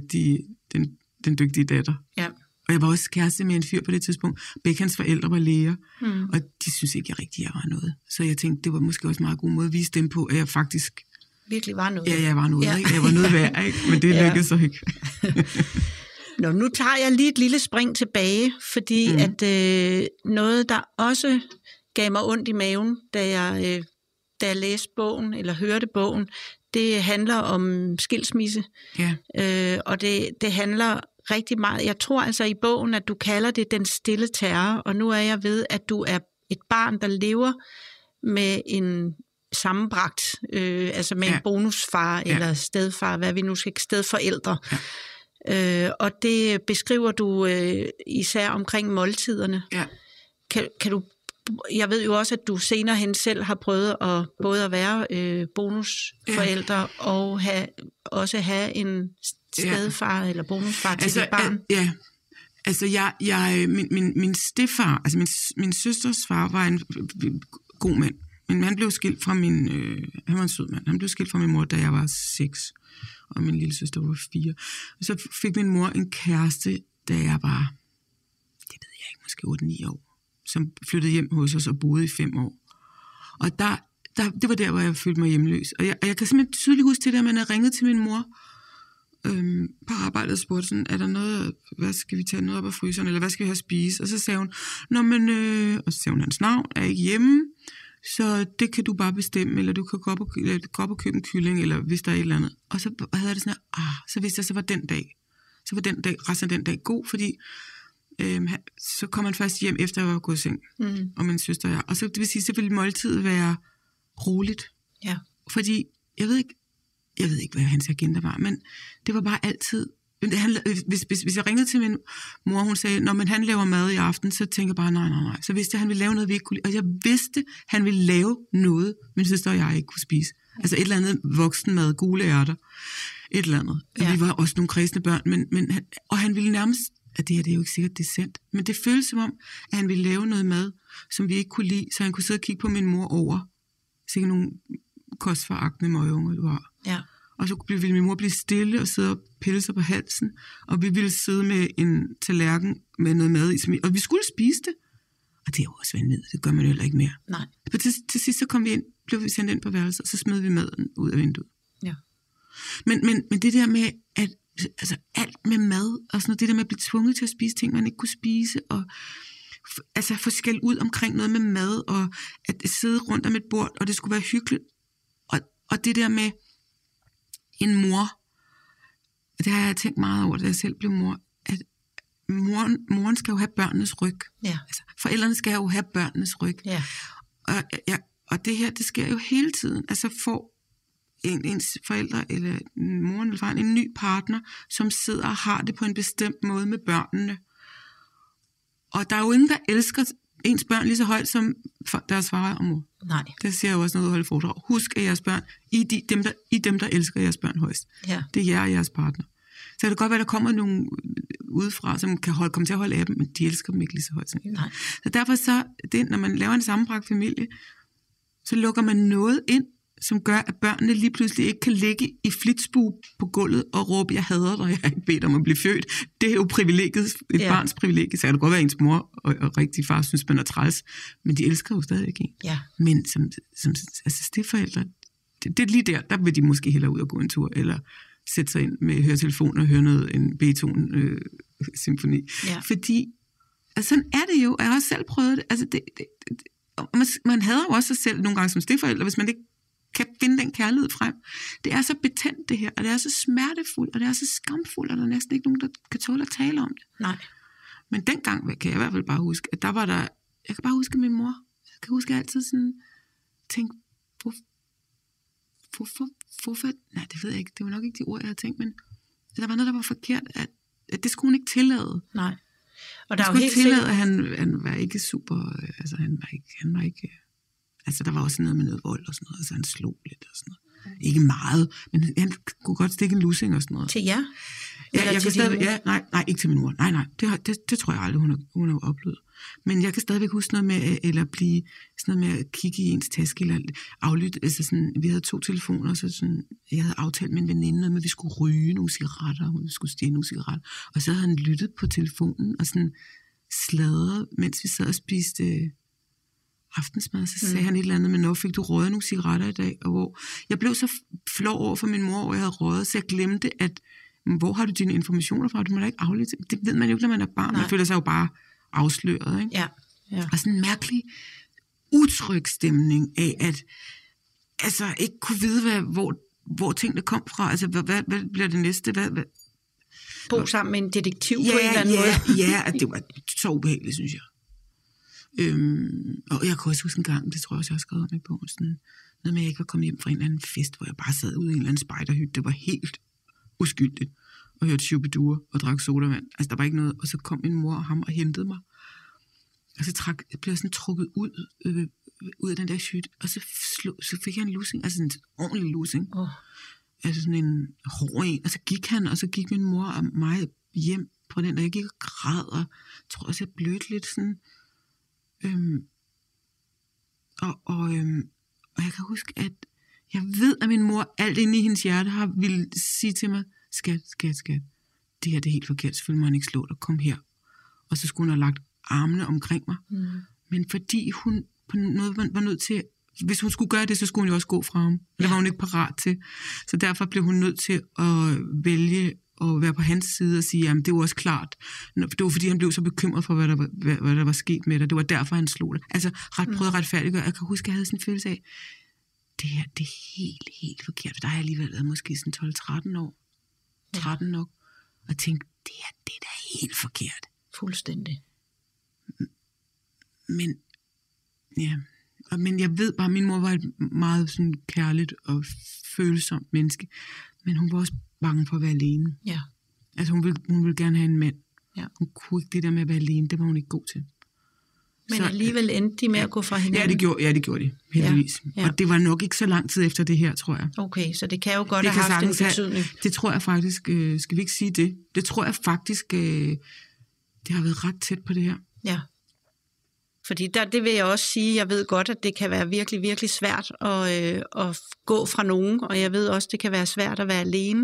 den dygtige datter. Ja. Og jeg var også kæreste med en fyr på det tidspunkt. Begge hans forældre var læger, og de synes ikke rigtig, jeg var noget. Så jeg tænkte, det var måske også en meget god måde at vise dem på, at jeg faktisk virkelig var noget. Ja, jeg var noget. Ikke? Jeg var noget værd, ikke? Men det lykkedes så ikke. Nå, nu tager jeg lige et lille spring tilbage, fordi at noget, der også gav mig ondt i maven, da jeg læste bogen, eller hørte bogen, det handler om skilsmisse. Ja. Og det handler rigtig meget. Jeg tror altså i bogen, at du kalder det den stille terror, og nu er jeg ved, at du er et barn, der lever med en sammenbragt, altså med en bonusfar eller stedfar, hvad vi nu skal, stedforældre. Ja. Og det beskriver du især omkring måltiderne. Ja. Kan du, jeg ved jo også, at du senere hen selv har prøvet at både at være bonusforældre og også have en stedfar eller bonusfar til dit barn. Ja, altså min stedfar, altså min søsters far var en god mand, men han blev skilt fra han var en sød mand, han blev skilt fra min mor, da jeg var 6, og min lille søster var 4. Og så fik min mor en kæreste, da jeg var, det ved jeg ikke, måske 8-9 år, som flyttede hjem hos os og boede i 5 år. Og det var der, hvor jeg følte mig hjemløs. Og jeg kan simpelthen tydeligt huske det der, man havde ringet til min mor på arbejdet og spurgte sådan, er der noget, hvad skal vi tage noget op af fryseren, eller hvad skal vi have at spise? Og så sagde hun, og så sagde hun, hans navn er ikke hjemme, så det kan du bare bestemme, eller du kan gå op og købe en kylling, eller hvis der er et eller andet. Og så havde det sådan, så vidste jeg, så var den dag, resten af den dag god, fordi så kom han først hjem, efter jeg var gået i seng, og min søster og jeg. Og så, det vil sige, så ville måltidet være roligt. Ja. Fordi, jeg ved ikke, hvad hans agenda var, men det var bare altid, hvis jeg ringede til min mor, hun sagde, når han laver mad i aften, så tænker jeg bare, nej. Så vidste jeg, han ville lave noget, vi ikke kunne lide. Og jeg vidste, han ville lave noget, min søster og jeg ikke kunne spise. Altså et eller andet voksenmad, gule ærter, et eller andet. Ja. Vi var også nogle kredsende børn, og han ville nærmest, at det her, det er jo ikke sikkert, det er sandt, men det føles som om, at han ville lave noget mad, som vi ikke kunne lide, så han kunne sidde og kigge på min mor over, sikkert nogle kostforagtende møgunger, du har. Ja. Og så ville min mor blive stille og sidde og pille sig på halsen, og vi ville sidde med en tallerken med noget mad i, og vi skulle spise det. Og det er jo også vanvittigt, det gør man jo heller ikke mere. Nej. Men til sidst så kom vi ind, blev vi sendt ind på værelset, og så smed vi maden ud af vinduet. Ja. Men det der med, at altså alt med mad, og sådan noget, det der med at blive tvunget til at spise ting, man ikke kunne spise, og altså få skæld ud omkring noget med mad, og at sidde rundt om et bord, og det skulle være hyggeligt. Og det der med en mor, det har jeg tænkt meget over, da jeg selv blev mor, at moren skal jo have børnenes ryg. Ja. Altså, forældrene skal jo have børnenes ryg. Ja. Og det her, det sker jo hele tiden. Altså får ens forældre, eller moren eller faren, en ny partner, som sidder og har det på en bestemt måde med børnene. Og der er jo ingen, der elsker ens børn lige så højt som deres far og mor. Nej. Det siger jeg jo også noget at holde foredrag. Husk, at jeres børn, dem, der elsker jeres børn højst. Ja. Det er jer og jeres partner. Så kan det godt være, der kommer nogen udefra, som kan komme til at holde af dem, men de elsker dem ikke lige så højt. Nej. Så derfor så, når man laver en sammenbragt familie, så lukker man noget ind, som gør, at børnene lige pludselig ikke kan ligge i flitsbue på gulvet og råbe, jeg hader dig, jeg har ikke bedt om at blive født. Det er jo privilegiet, et barns privilegie. Så kan det godt være, at ens mor og rigtig far synes, man er træls, men de elsker jo stadig ikke en. Ja. Men som altså stedforældre, det er lige der vil de måske hellere ud og gå en tur, eller sætte sig ind med høretelefonen og høre en Beethoven-symfoni. Ja. Fordi, altså sådan er det jo, jeg har også selv prøvet det, altså man hader jo også sig selv nogle gange som stedforældre, hvis man ikke kan finde den kærlighed frem. Det er så betændt det her, og det er så smertefuldt, og det er så skamfuldt, og der er næsten ikke nogen, der kan tåle at tale om det. Nej. Men dengang kan jeg i hvert fald bare huske, at jeg kan bare huske min mor. Jeg kan huske, at jeg altid sådan tænkte, hvorfor, nej, det ved jeg ikke, det var nok ikke de ord, jeg havde tænkt, men der var noget, der var forkert, at det skulle hun ikke tillade. Nej. Og der hun skulle ikke tillade, at han var ikke super, altså han var ikke, altså der var også noget med noget vold og sådan noget, altså han slog lidt og sådan noget. Ikke meget, men han kunne godt stikke en lussing og sådan noget. Til jer? Ja, jeg kan stadig, nej, ikke til min mor. Nej, det tror jeg aldrig, hun har oplevet. Men jeg kan stadigvæk huske noget med, eller blive sådan noget med at kigge i ens taske, eller aflytte, altså sådan, vi havde 2 telefoner, så sådan, jeg havde aftalt med en veninde, at vi skulle ryge nogle cigaretter, vi skulle stjæle nogle cigaretter, og så havde han lyttet på telefonen, og sådan sladret, mens vi sad og spiste aftensmad, så sagde han et eller andet, men når fik du røget nogle cigaretter i dag, og hvor jeg blev så flov over for min mor, og jeg havde røget, så jeg glemte, at hvor har du dine informationer fra? Du må da ikke aflytte. Det ved man jo ikke, når man er barn. Man føler sig jo bare afsløret, ikke? Ja. Og sådan en mærkelig utryg stemning af, at altså ikke kunne vide, hvor tingene kom fra. Altså, hvad bliver det næste? Bo sammen med en detektiv på en eller anden måde. Ja, det var så ubehageligt, synes jeg. Og jeg kan også huske en gang, det tror jeg også, jeg har skrevet om i bogen, sådan noget med, at jeg ikke var kommet hjem fra en eller anden fest, hvor jeg bare sad ude i en eller anden spejderhytte. Det var helt uskyldigt, og hørte Shubidua og drak sodavand. Altså, der var ikke noget. Og så kom min mor og ham og hentede mig. Og så blev jeg sådan trukket ud af den der hytte, og så fik jeg en lussing, altså en ordentlig lussing. Altså sådan en hård en. Og så gik han, og så gik min mor og mig hjem på den, og jeg gik og græd, og jeg tror også, jeg blødte lidt sådan. Og jeg kan huske, at jeg ved, at min mor alt inde i hendes hjerte har ville sige til mig, skat, det her det er helt forkert, selvfølgelig må han ikke slå dig, kom her. Og så skulle hun have lagt armene omkring mig. Men fordi hun på noget var nødt til, hvis hun skulle gøre det, så skulle hun jo også gå fra ham. Det var hun ikke parat til. Så derfor blev hun nødt til at vælge at være på hans side og sige, jamen det var også klart. Det var fordi, han blev så bekymret for, hvad der var sket med det. Det var derfor, han slog det. Altså, prøvede at retfærdiggøre. Jeg kan huske, at jeg havde sådan en følelse af, det her, det er helt forkert. For der har jeg alligevel været måske sådan 12-13 år. 13 nok. Og tænkte, det er da helt forkert. Fuldstændig. Men jeg ved bare, at min mor var et meget sådan kærligt og følsomt menneske. Men hun var også bange for at være alene. Ja. Altså hun ville gerne have en mand. Ja. Hun kunne ikke det der med at være alene, det var hun ikke god til. Men så, alligevel endte de med at gå fra hinanden? Ja, det gjorde de, heldigvis. Ja. Og det var nok ikke så lang tid efter det her, tror jeg. Okay, så det kan jo godt have haft en betydning. Det tror jeg faktisk, skal vi ikke sige det? Det tror jeg faktisk, det har været ret tæt på det her. Ja. Fordi det vil jeg også sige, jeg ved godt, at det kan være virkelig, virkelig svært at gå fra nogen, og jeg ved også, det kan være svært at være alene.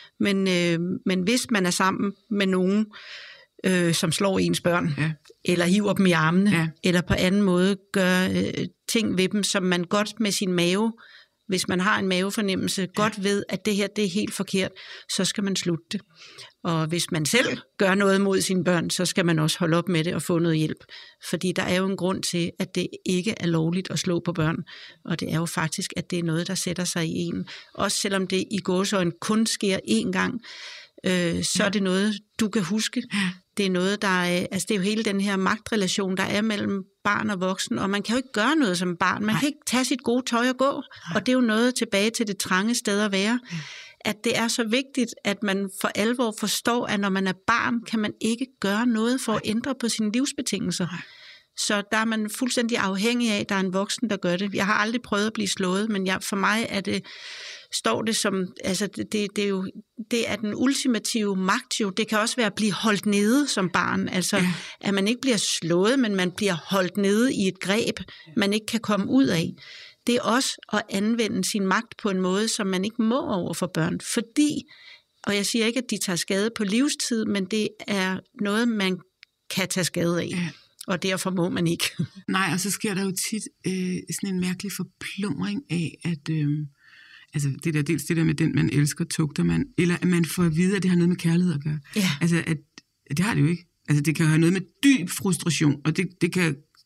Men hvis man er sammen med nogen, som slår ens børn, eller hiver dem i armene, eller på anden måde gør ting ved dem, som man godt med sin mave, hvis man har en mavefornemmelse, godt ved, at det her det er helt forkert, så skal man slutte det. Og hvis man selv gør noget mod sine børn, så skal man også holde op med det og få noget hjælp. Fordi der er jo en grund til, at det ikke er lovligt at slå på børn. Og det er jo faktisk, at det er noget, der sætter sig i en. Også selvom det i gåseøjne kun sker én gang, så er det noget, du kan huske. Det er noget, der er, altså det er jo hele den her magtrelation, der er mellem barn og voksen, og man kan jo ikke gøre noget som barn. Man kan ikke tage sit gode tøj og gå, og det er jo noget tilbage til det trange sted at være. At det er så vigtigt, at man for alvor forstår, at når man er barn, kan man ikke gøre noget for at ændre på sine livsbetingelser. Så der er man fuldstændig afhængig af, at der er en voksen, der gør det. Jeg har aldrig prøvet at blive slået, men for mig er det, står det som, altså det er den ultimative magt jo. Det kan også være at blive holdt nede som barn, altså at man ikke bliver slået, men man bliver holdt nede i et greb, man ikke kan komme ud af. Det er også at anvende sin magt på en måde, som man ikke må over for børn, fordi, og jeg siger ikke, at de tager skade på livstid, men det er noget, man kan tage skade af. Og derfor må man ikke. Nej, og så sker der jo tit sådan en mærkelig forplumring af, at altså dels det der med den, man elsker, tugter man, eller at man får at vide, at det har noget med kærlighed at gøre. Ja. Altså, at det har det jo ikke. Altså, det kan have noget med dyb frustration, og det kan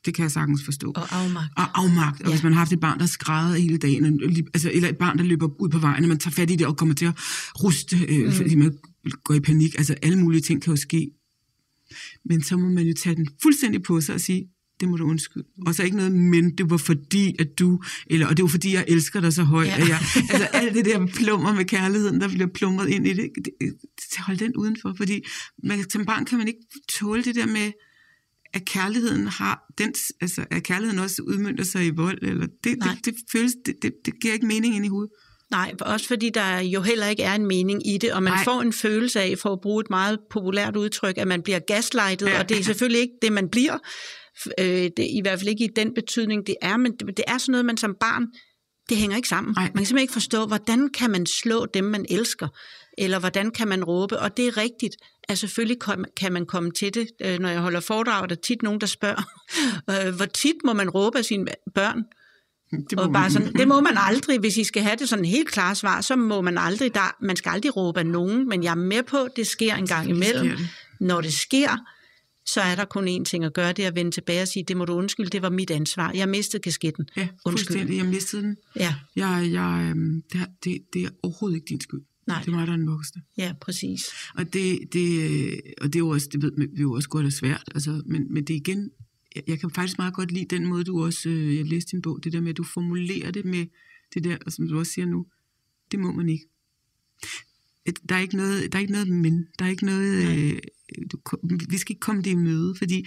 Det kan jeg sagtens forstå. Og afmagt. Og afmagt. Og hvis man har haft et barn, der skræder hele dagen, eller et barn, der løber ud på vejen, og man tager fat i det og kommer til at ruste, fordi man går i panik. Altså alle mulige ting kan jo ske. Men så må man jo tage den fuldstændig på sig og sige, det må du undskylde. Og så ikke noget, men det var fordi, at du, og det var fordi, jeg elsker dig så højt. Ja. Altså alt det der plummer med kærligheden, der bliver plumret ind i det, hold den udenfor. Fordi som barn kan man ikke tåle det der med, at kærligheden at kærligheden også udmønter sig i vold. Eller det føles, det giver ikke mening ind i hovedet. Nej, også fordi der jo heller ikke er en mening i det, og man får en følelse af, for at bruge et meget populært udtryk, at man bliver gaslightet, og det er selvfølgelig ikke det, man bliver. I hvert fald ikke i den betydning, det er, men det er sådan noget, man som barn, det hænger ikke sammen. Man kan simpelthen ikke forstå, hvordan kan man slå dem, man elsker, eller hvordan kan man råbe, og det er rigtigt, at selvfølgelig kan man komme til det. Når jeg holder foredrag, er der tit nogen, der spørger, hvor tit må man råbe af sine børn? Det må man aldrig. Hvis I skal have det sådan helt klart svar, så må man aldrig, man skal aldrig råbe af nogen, men jeg er med på, det sker en gang imellem. Når det sker, så er der kun én ting at gøre, det er at vende tilbage og sige, det må du undskylde, det var mit ansvar. Jeg mistede kasketten. Ja, fuldstændig. Jeg mistede den. Ja. Det er overhovedet ikke din skyld. Nej. Det er mig, der er den voksne. Ja, præcis. Og det er jo også, det ved vi jo også godt er svært. Altså, men det igen, jeg kan faktisk meget godt lide den måde, du også, jeg læste din bog, det der med, at du formulerer det med det der, som du også siger nu, det må man ikke. Der er ikke noget men, der er ikke noget, vi skal ikke komme det i møde, fordi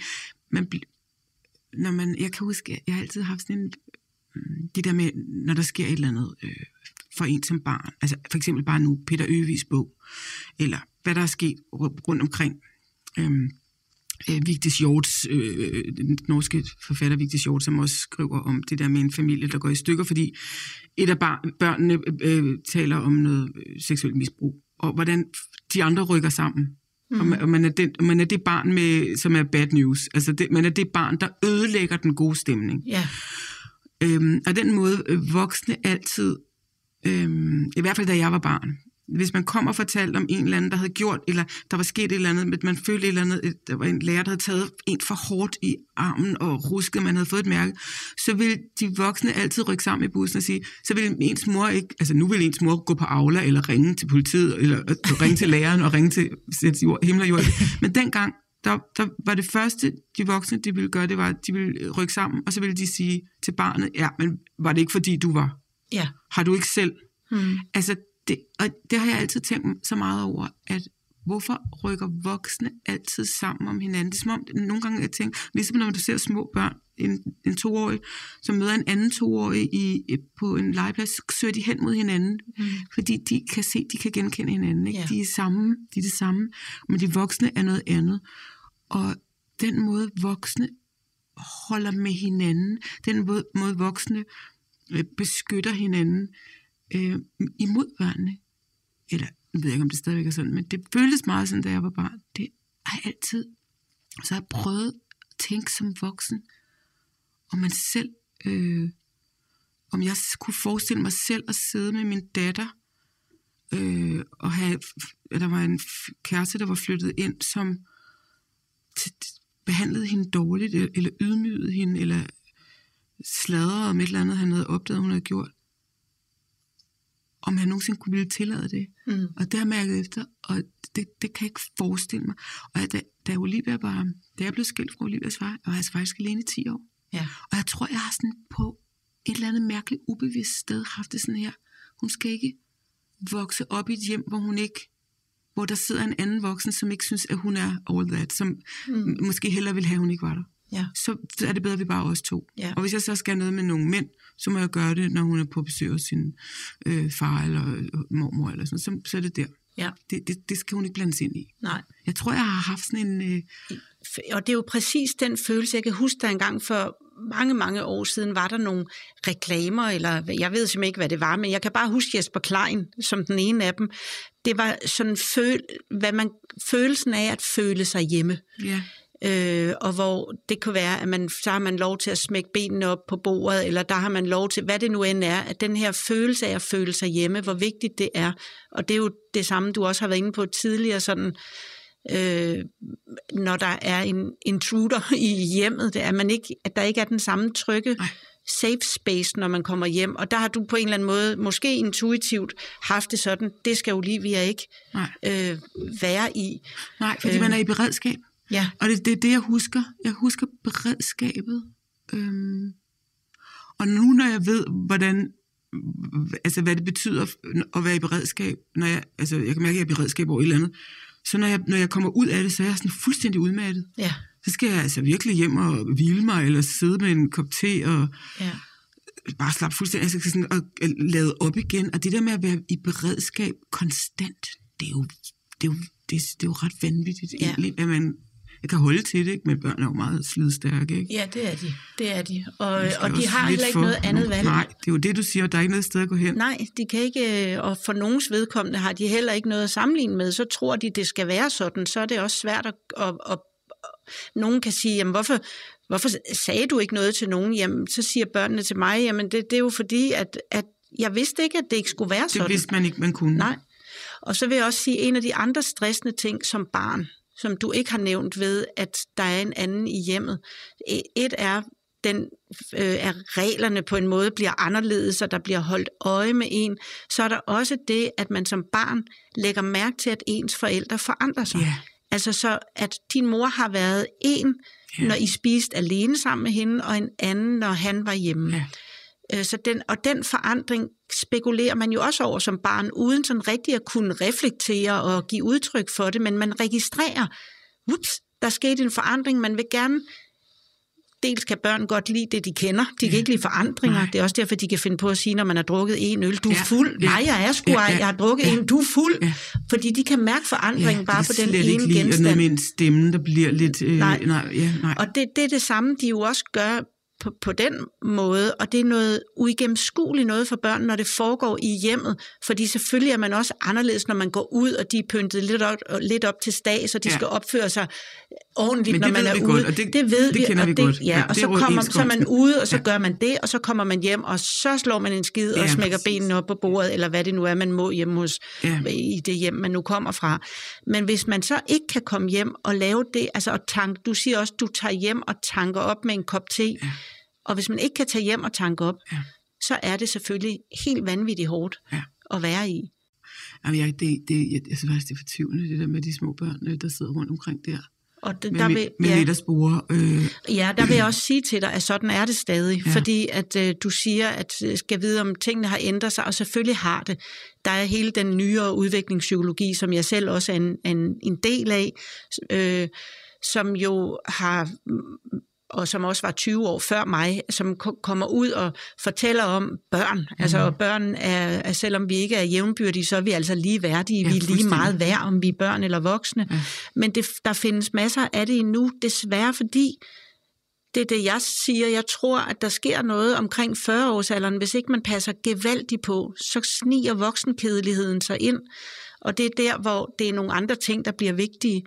jeg kan huske, jeg har altid haft sådan en, det der med, når der sker et eller andet for en som barn, altså for eksempel bare nu, Peter Øvigs bog, eller hvad der er sket rundt omkring, Vigdis Hjorts, den norske forfatter Vigdis Hjort, som også skriver om det der med en familie, der går i stykker, fordi et af børnene taler om noget seksuelt misbrug, og hvordan de andre rykker sammen. Og man er det barn, som er bad news. Altså man er det barn, der ødelægger den gode stemning. Ja. Og den måde voksne altid, i hvert fald da jeg var barn, hvis man kom og fortalte om en eller anden, der havde gjort, eller der var sket et eller andet, man følte et eller andet, der var en lærer, der havde taget en for hårdt i armen og rusket, man havde fået et mærke, så ville de voksne altid rykke sammen i bussen og sige, så ville ens mor ikke, altså nu ville ens mor gå på Aula, eller ringe til politiet, eller ringe til læreren, og ringe til himmel og jord. Men dengang, der var det første, de voksne, de ville gøre, det var, at de ville rykke sammen, og så ville de sige til barnet, ja, men var det ikke fordi du var? Ja. Har du ikke selv? Altså, det har jeg altid tænkt så meget over, at hvorfor rykker voksne altid sammen om hinanden? Det er som om, nogle gange jeg tænker, ligesom når du ser små børn, en 2-årig, som møder en anden 2-årig på en legeplads, så søger de hen mod hinanden, fordi de kan se, de kan genkende hinanden. Ikke? Ja. De er det samme, men de voksne er noget andet. Og den måde voksne holder med hinanden, den måde voksne beskytter hinanden, imod børnene, eller jeg ved ikke, om det stadigvæk er sådan, men det føltes meget sådan, da jeg var barn. Det har jeg altid, så har jeg prøvet at tænke som voksen, om man selv, om jeg kunne forestille mig selv at sidde med min datter, og der var en kæreste, der var flyttet ind, som behandlede hende dårligt, eller ydmygede hende, eller sladrede om et eller andet, han havde opdaget, hun havde gjort. Om han nogensinde kunne ville tillade det. Og det har jeg mærket efter, og det kan jeg ikke forestille mig. Og da jeg blev skilt fra Olivias far, jeg var altså faktisk alene i 10 år. Ja. Og jeg tror, jeg har sådan på et eller andet mærkeligt ubevidst sted haft det sådan her. Hun skal ikke vokse op i et hjem, hvor der sidder en anden voksen, som ikke synes, at hun er all that, som måske hellere ville have, at hun ikke var der. Ja. Så er det bedre, at vi bare os to. Ja. Og hvis jeg så skal noget med nogle mænd, så må jeg gøre det, når hun er på besøg hos sin far eller mormor, eller sådan, så er det der. Ja. Det skal hun ikke blandes ind i. Nej. Jeg tror, jeg har haft sådan en... Og det er jo præcis den følelse, jeg kan huske, der engang for mange, mange år siden, var der nogle reklamer, eller jeg ved simpelthen ikke, hvad det var, men jeg kan bare huske Jesper Klein, som den ene af dem. Det var sådan følelsen af at føle sig hjemme. Ja. Og hvor det kan være, at så har man lov til at smække benene op på bordet, eller der har man lov til, hvad det nu end er, at den her følelse af at føle sig hjemme, hvor vigtigt det er. Og det er jo det samme, du også har været inde på tidligere, sådan når der er en intruder i hjemmet. Det er at der ikke er den samme trygge safe space, når man kommer hjem. Og der har du på en eller anden måde, måske intuitivt, haft det sådan, det skal Olivia ikke være i. Nej, fordi man er i beredskab. Ja. Og det er det, jeg husker. Jeg husker beredskabet. Og nu, når jeg ved, hvad det betyder at være i beredskab, jeg kan mærke, at jeg er i beredskab over et eller andet, så når jeg kommer ud af det, så er jeg sådan fuldstændig udmattet. Ja. Så skal jeg altså virkelig hjem og hvile mig, eller sidde med en kop te, og bare slappe fuldstændig, altså sådan, og lade op igen. Og det der med at være i beredskab konstant, det er jo ret vanvittigt egentlig, at man kan holde til det, ikke? Men børn er jo meget slidstærke, ikke? Ja, det er de. Og de har heller ikke noget andet valg. Nej, det er jo det, du siger, der er ikke noget sted at gå hen. Nej, de kan ikke, og for nogens vedkommende har de heller ikke noget at sammenligne med, så tror de, det skal være sådan, så er det også svært at nogen kan sige, jamen hvorfor sagde du ikke noget til nogen? Jamen, så siger børnene til mig, jamen det er jo fordi, at jeg vidste ikke, at det ikke skulle være sådan. Det vidste man ikke, man kunne. Nej. Og så vil jeg også sige, en af de andre stressende ting som barn, som du ikke har nævnt ved, at der er en anden i hjemmet. Et er, at reglerne på en måde bliver anderledes, og der bliver holdt øje med en. Så er der også det, at man som barn lægger mærke til, at ens forældre forandrer sig. Yeah. Altså så, at din mor har været en, når I spiste alene sammen med hende, og en anden, når han var hjemme. Yeah. Så den forandring spekulerer man jo også over som barn, uden sådan rigtig at kunne reflektere og give udtryk for det, men man registrerer, der skete en forandring, man vil gerne. Dels kan børn godt lide det, de kender. De kan ikke lide forandringer. Nej. Det er også derfor, de kan finde på at sige, når man har drukket en øl, du er fuld. Nej, jeg er sgu ej, jeg har drukket en, du er fuld. Ja. Fordi de kan mærke forandringen bare på den ene genstand. Det er slet ikke med en stemme, der bliver lidt. Nej. Og det er det samme, de jo også gør på den måde, og det er noget uigennemskueligt noget for børn, når det foregår i hjemmet, fordi selvfølgelig er man også anderledes, når man går ud, og de er pyntet lidt op til stads, og de skal opføre sig ordentligt, når man er ude. Godt, og det ved vi, kender vi godt. Ja, og så er man ude, og så gør man det, og så kommer man hjem, og så slår man en skid og smækker benene op på bordet, eller hvad det nu er, man må hjemme hos, i det hjem, man nu kommer fra. Men hvis man så ikke kan komme hjem og lave det, altså du siger også, du tager hjem og tanker op med en kop te, og hvis man ikke kan tage hjem og tanke op, så er det selvfølgelig helt vanvittigt hårdt at være i. Jamen, jeg synes faktisk, det er fortvivlende, det der med de små børn, der sidder rundt omkring der. Og med middagsborde. Ja, der vil jeg også sige til dig, at sådan er det stadig. Fordi at du siger, at skal vide, om tingene har ændret sig, og selvfølgelig har det. Der er hele den nyere udviklingspsykologi, som jeg selv også er en del af, som jo har, og som også var 20 år før mig, som kommer ud og fortæller om børn. Altså børn er, selvom vi ikke er jævnbyrdige, så er vi altså lige værdige. Vi er lige meget værd, om vi er børn eller voksne. Ja. Men der findes masser af det endnu, desværre, fordi det er det, jeg siger. Jeg tror, at der sker noget omkring 40-årsalderen. Hvis ikke man passer gevaldigt på, så sniger voksenkedeligheden sig ind. Og det er der, hvor det er nogle andre ting, der bliver vigtige.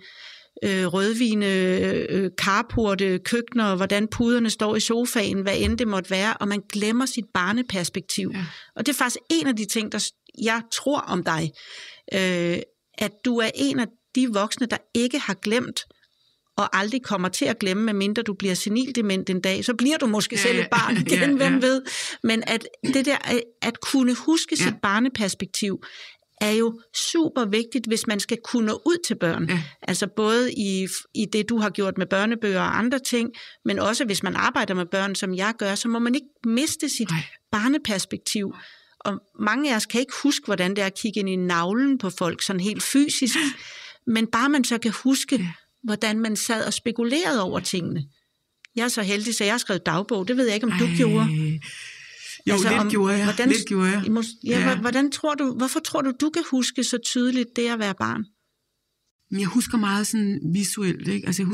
Rødvine, carporte, køkkener, hvordan puderne står i sofaen, hvad end det måtte være, og man glemmer sit barneperspektiv. Ja. Og det er faktisk en af de ting, der jeg tror om dig, at du er en af de voksne, der ikke har glemt, og aldrig kommer til at glemme, medmindre du bliver senildement en dag, så bliver du måske selv et barn igen, hvem ved. Men at det der, at kunne huske sit barneperspektiv, er jo super vigtigt, hvis man skal kunne nå ud til børn. Ja. Altså både i det, du har gjort med børnebøger og andre ting, men også hvis man arbejder med børn, som jeg gør, så må man ikke miste sit barneperspektiv. Og mange af os kan ikke huske, hvordan det er at kigge ind i navlen på folk, sådan helt fysisk, men bare man så kan huske, hvordan man sad og spekulerede over tingene. Jeg er så heldig, så jeg har skrevet dagbog. Det ved jeg ikke, om du gjorde. Jo, altså, lidt gjorde jeg. Hvorfor tror du kan huske så tydeligt det at være barn? Jeg husker meget sådan visuelt, ikke? Altså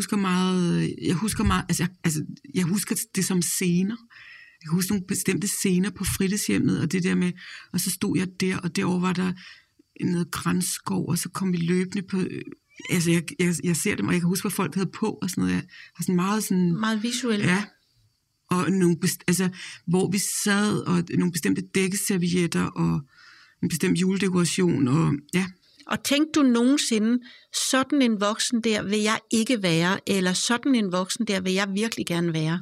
jeg husker det som scener. Jeg kan huske nogle bestemte scener på fritidshjemmet, og det der med, og så stod jeg der, og derovre var der noget granskov, og så kom vi løbende på. Altså jeg ser dem, og jeg kan huske, hvad folk havde på, og sådan noget. Jeg har sådan meget visuelt. Ja. Og nogle hvor vi sad, og nogle bestemte dækkeservietter, og en bestemt juledekoration, og Og tænkte du nogensinde, sådan en voksen der vil jeg ikke være, eller sådan en voksen der vil jeg virkelig gerne være?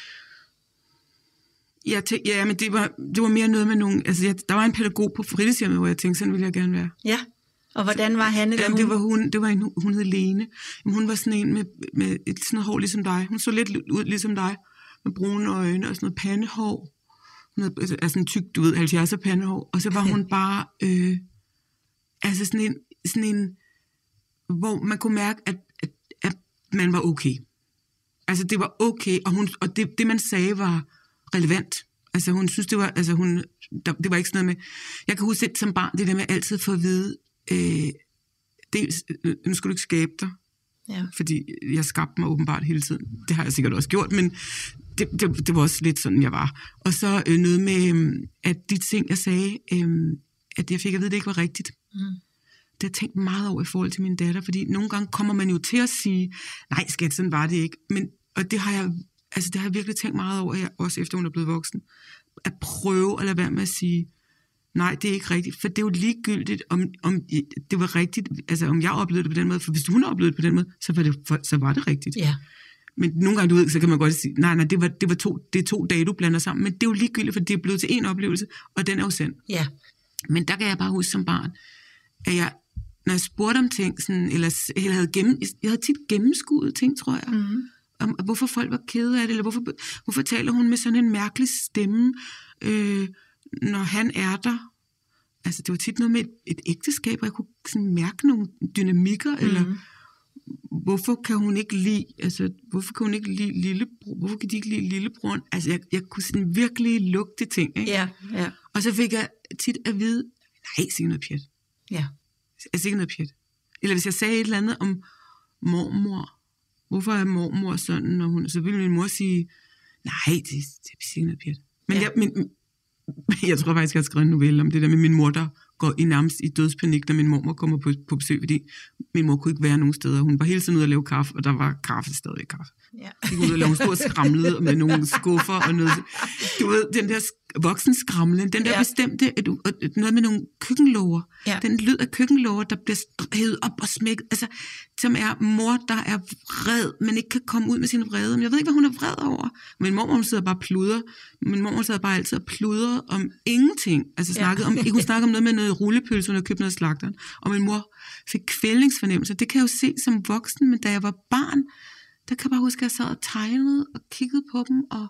Ja, men det var mere noget med nogle... Altså, der var en pædagog på fritidshjemmet, hvor jeg tænkte, sådan ville jeg gerne være. Ja, og hvordan var Hanne? Det var hun hed Lene. Hun var sådan en med et sådan noget hår ligesom dig. Hun så lidt ud ligesom dig, med brune øjne og sådan noget pandehår. Altså en tyk, du ved, 70'er pandehår. Og så var hun bare... altså sådan en... Hvor man kunne mærke, at man var okay. Altså, det var okay, og det man sagde var relevant. Altså, hun synes, det var... Altså, det var ikke sådan noget med... Jeg kan huske som barn, det der med altid få at vide... nu skal du ikke skabe dig. Ja. Fordi jeg skabte mig åbenbart hele tiden. Det har jeg sikkert også gjort, men det var også lidt sådan, jeg var. Og så noget med, at de ting, jeg sagde, at jeg fik at vide, at det ikke var rigtigt. Det har jeg tænkt meget over i forhold til min datter, fordi nogle gange kommer man jo til at sige, nej skat, sådan var det ikke. Og det har jeg virkelig tænkt meget over, også efter hun er blevet voksen. At prøve at lade være med at sige, nej, det er ikke rigtigt, for det er jo ligegyldigt, om det var rigtigt, altså om jeg oplevede det på den måde, for hvis hun oplevede det på den måde, så var det rigtigt. Ja. Men nogle gange, du ved, så kan man godt sige, nej, det er 2 dage, du blander sammen, men det er jo ligegyldigt, for det er blevet til én oplevelse, og den er jo sand. Ja. Men der kan jeg bare huske som barn, at jeg, når jeg spurgte om ting, sådan, eller jeg havde tit gennemskuet ting, tror jeg, om hvorfor folk var kede af det, eller hvorfor taler hun med sådan en mærkelig stemme, når han er der. Altså, det var tit noget med et ægteskab, hvor jeg kunne sådan mærke nogle dynamikker, eller hvorfor kan hun ikke lide lillebror? Hvorfor kan de ikke lide lillebroren? Altså, jeg kunne sådan virkelig lugte ting, ikke? Ja. Og så fik jeg tit at vide, nej, sikke noget pjat. Ja. Altså, ikke noget pjat. Eller hvis jeg sagde et eller andet om mormor, hvorfor er mormor sådan, så ville min mor sige, nej, det er sikke noget pjat. Men jeg tror faktisk, jeg har skrevet en novelle om det der med min mor, der går nærmest i dødspanik, når min mormor kommer på besøg, fordi min mor kunne ikke være nogen steder. Hun var hele tiden ude at lave kaffe, og der var stadig kaffe. Ja. De kunne ud og lave en stor skramlede med nogle skuffer og noget. Du ved, den der voksen skramle, den der bestemte, noget med nogle køkkenlåger. Ja. Den lyd af køkkenlåger, der bliver hævet op og smækket. Altså, som er mor, der er vred, men ikke kan komme ud med sin vrede. Men jeg ved ikke, hvad hun er vred over. Min mor, hun sidder bare og pluder. Min mor sad bare altid og pludrede om ingenting. Altså hun snakkede om noget med noget rullepølse, hun havde købt noget af slagteren. Og min mor fik kvælningsfornemmelse. Det kan jeg jo se som voksen, men da jeg var barn, der kan jeg bare huske, at jeg sad og tegnede og kiggede på dem, og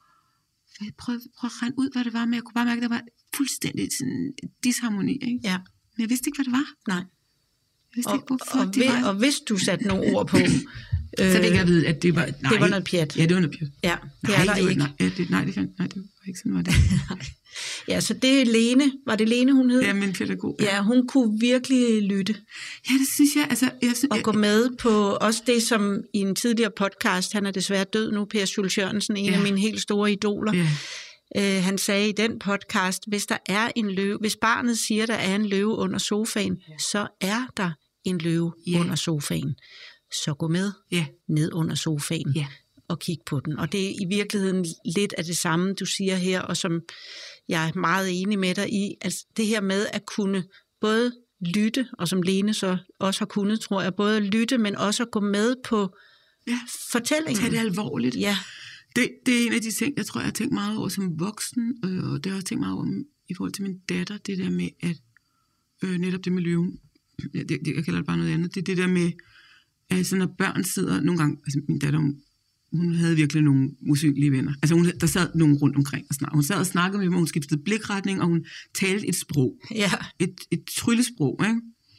jeg prøvede at regne ud, hvad det var, men jeg kunne bare mærke, at der var fuldstændig sådan disharmoni, ikke? Ja. Men jeg vidste ikke, hvad det var. Nej. Jeg vidste ikke, hvorfor og hvis du satte nogle ord på, så fik jeg at vide, at det var... Nej, det var noget pjat. Ja, det var noget pjat. Ja, det er der ikke. Det var ikke sådan, var det. Ja, så det er Lene. Var det Lene, hun hed? Ja, min pædagog. Ja, hun kunne virkelig lytte. Ja, det synes jeg. Altså, og gå med på også det, som i en tidligere podcast, han er desværre død nu, Per Schultz Jørgensen, en af mine helt store idoler. Ja. Han sagde i den podcast, hvis der er en løve, hvis barnet siger, der er en løve under sofaen, så er der en løve under sofaen. Så gå med ned under sofaen og kig på den. Og det er i virkeligheden lidt af det samme, du siger her, og som jeg er meget enig med dig i, altså det her med at kunne både lytte, og som Lene så også har kunnet, tror jeg, både lytte, men også at gå med på fortællingen. Tag det alvorligt. Ja. Det er en af de ting, jeg tror, jeg har tænkt meget over som voksen, og det har jeg også tænkt meget over i forhold til min datter, det der med, at netop det med løven, jeg kalder det bare noget andet, det er det der med, altså når børn sidder nogle gange, altså min datter, hun havde virkelig nogle usynlige venner. Altså der sad nogen rundt omkring og snakkede. Hun sad og snakkede med dem, og hun skiftede blikretning, og hun talte et sprog. Ja. Et tryllesprog, ikke?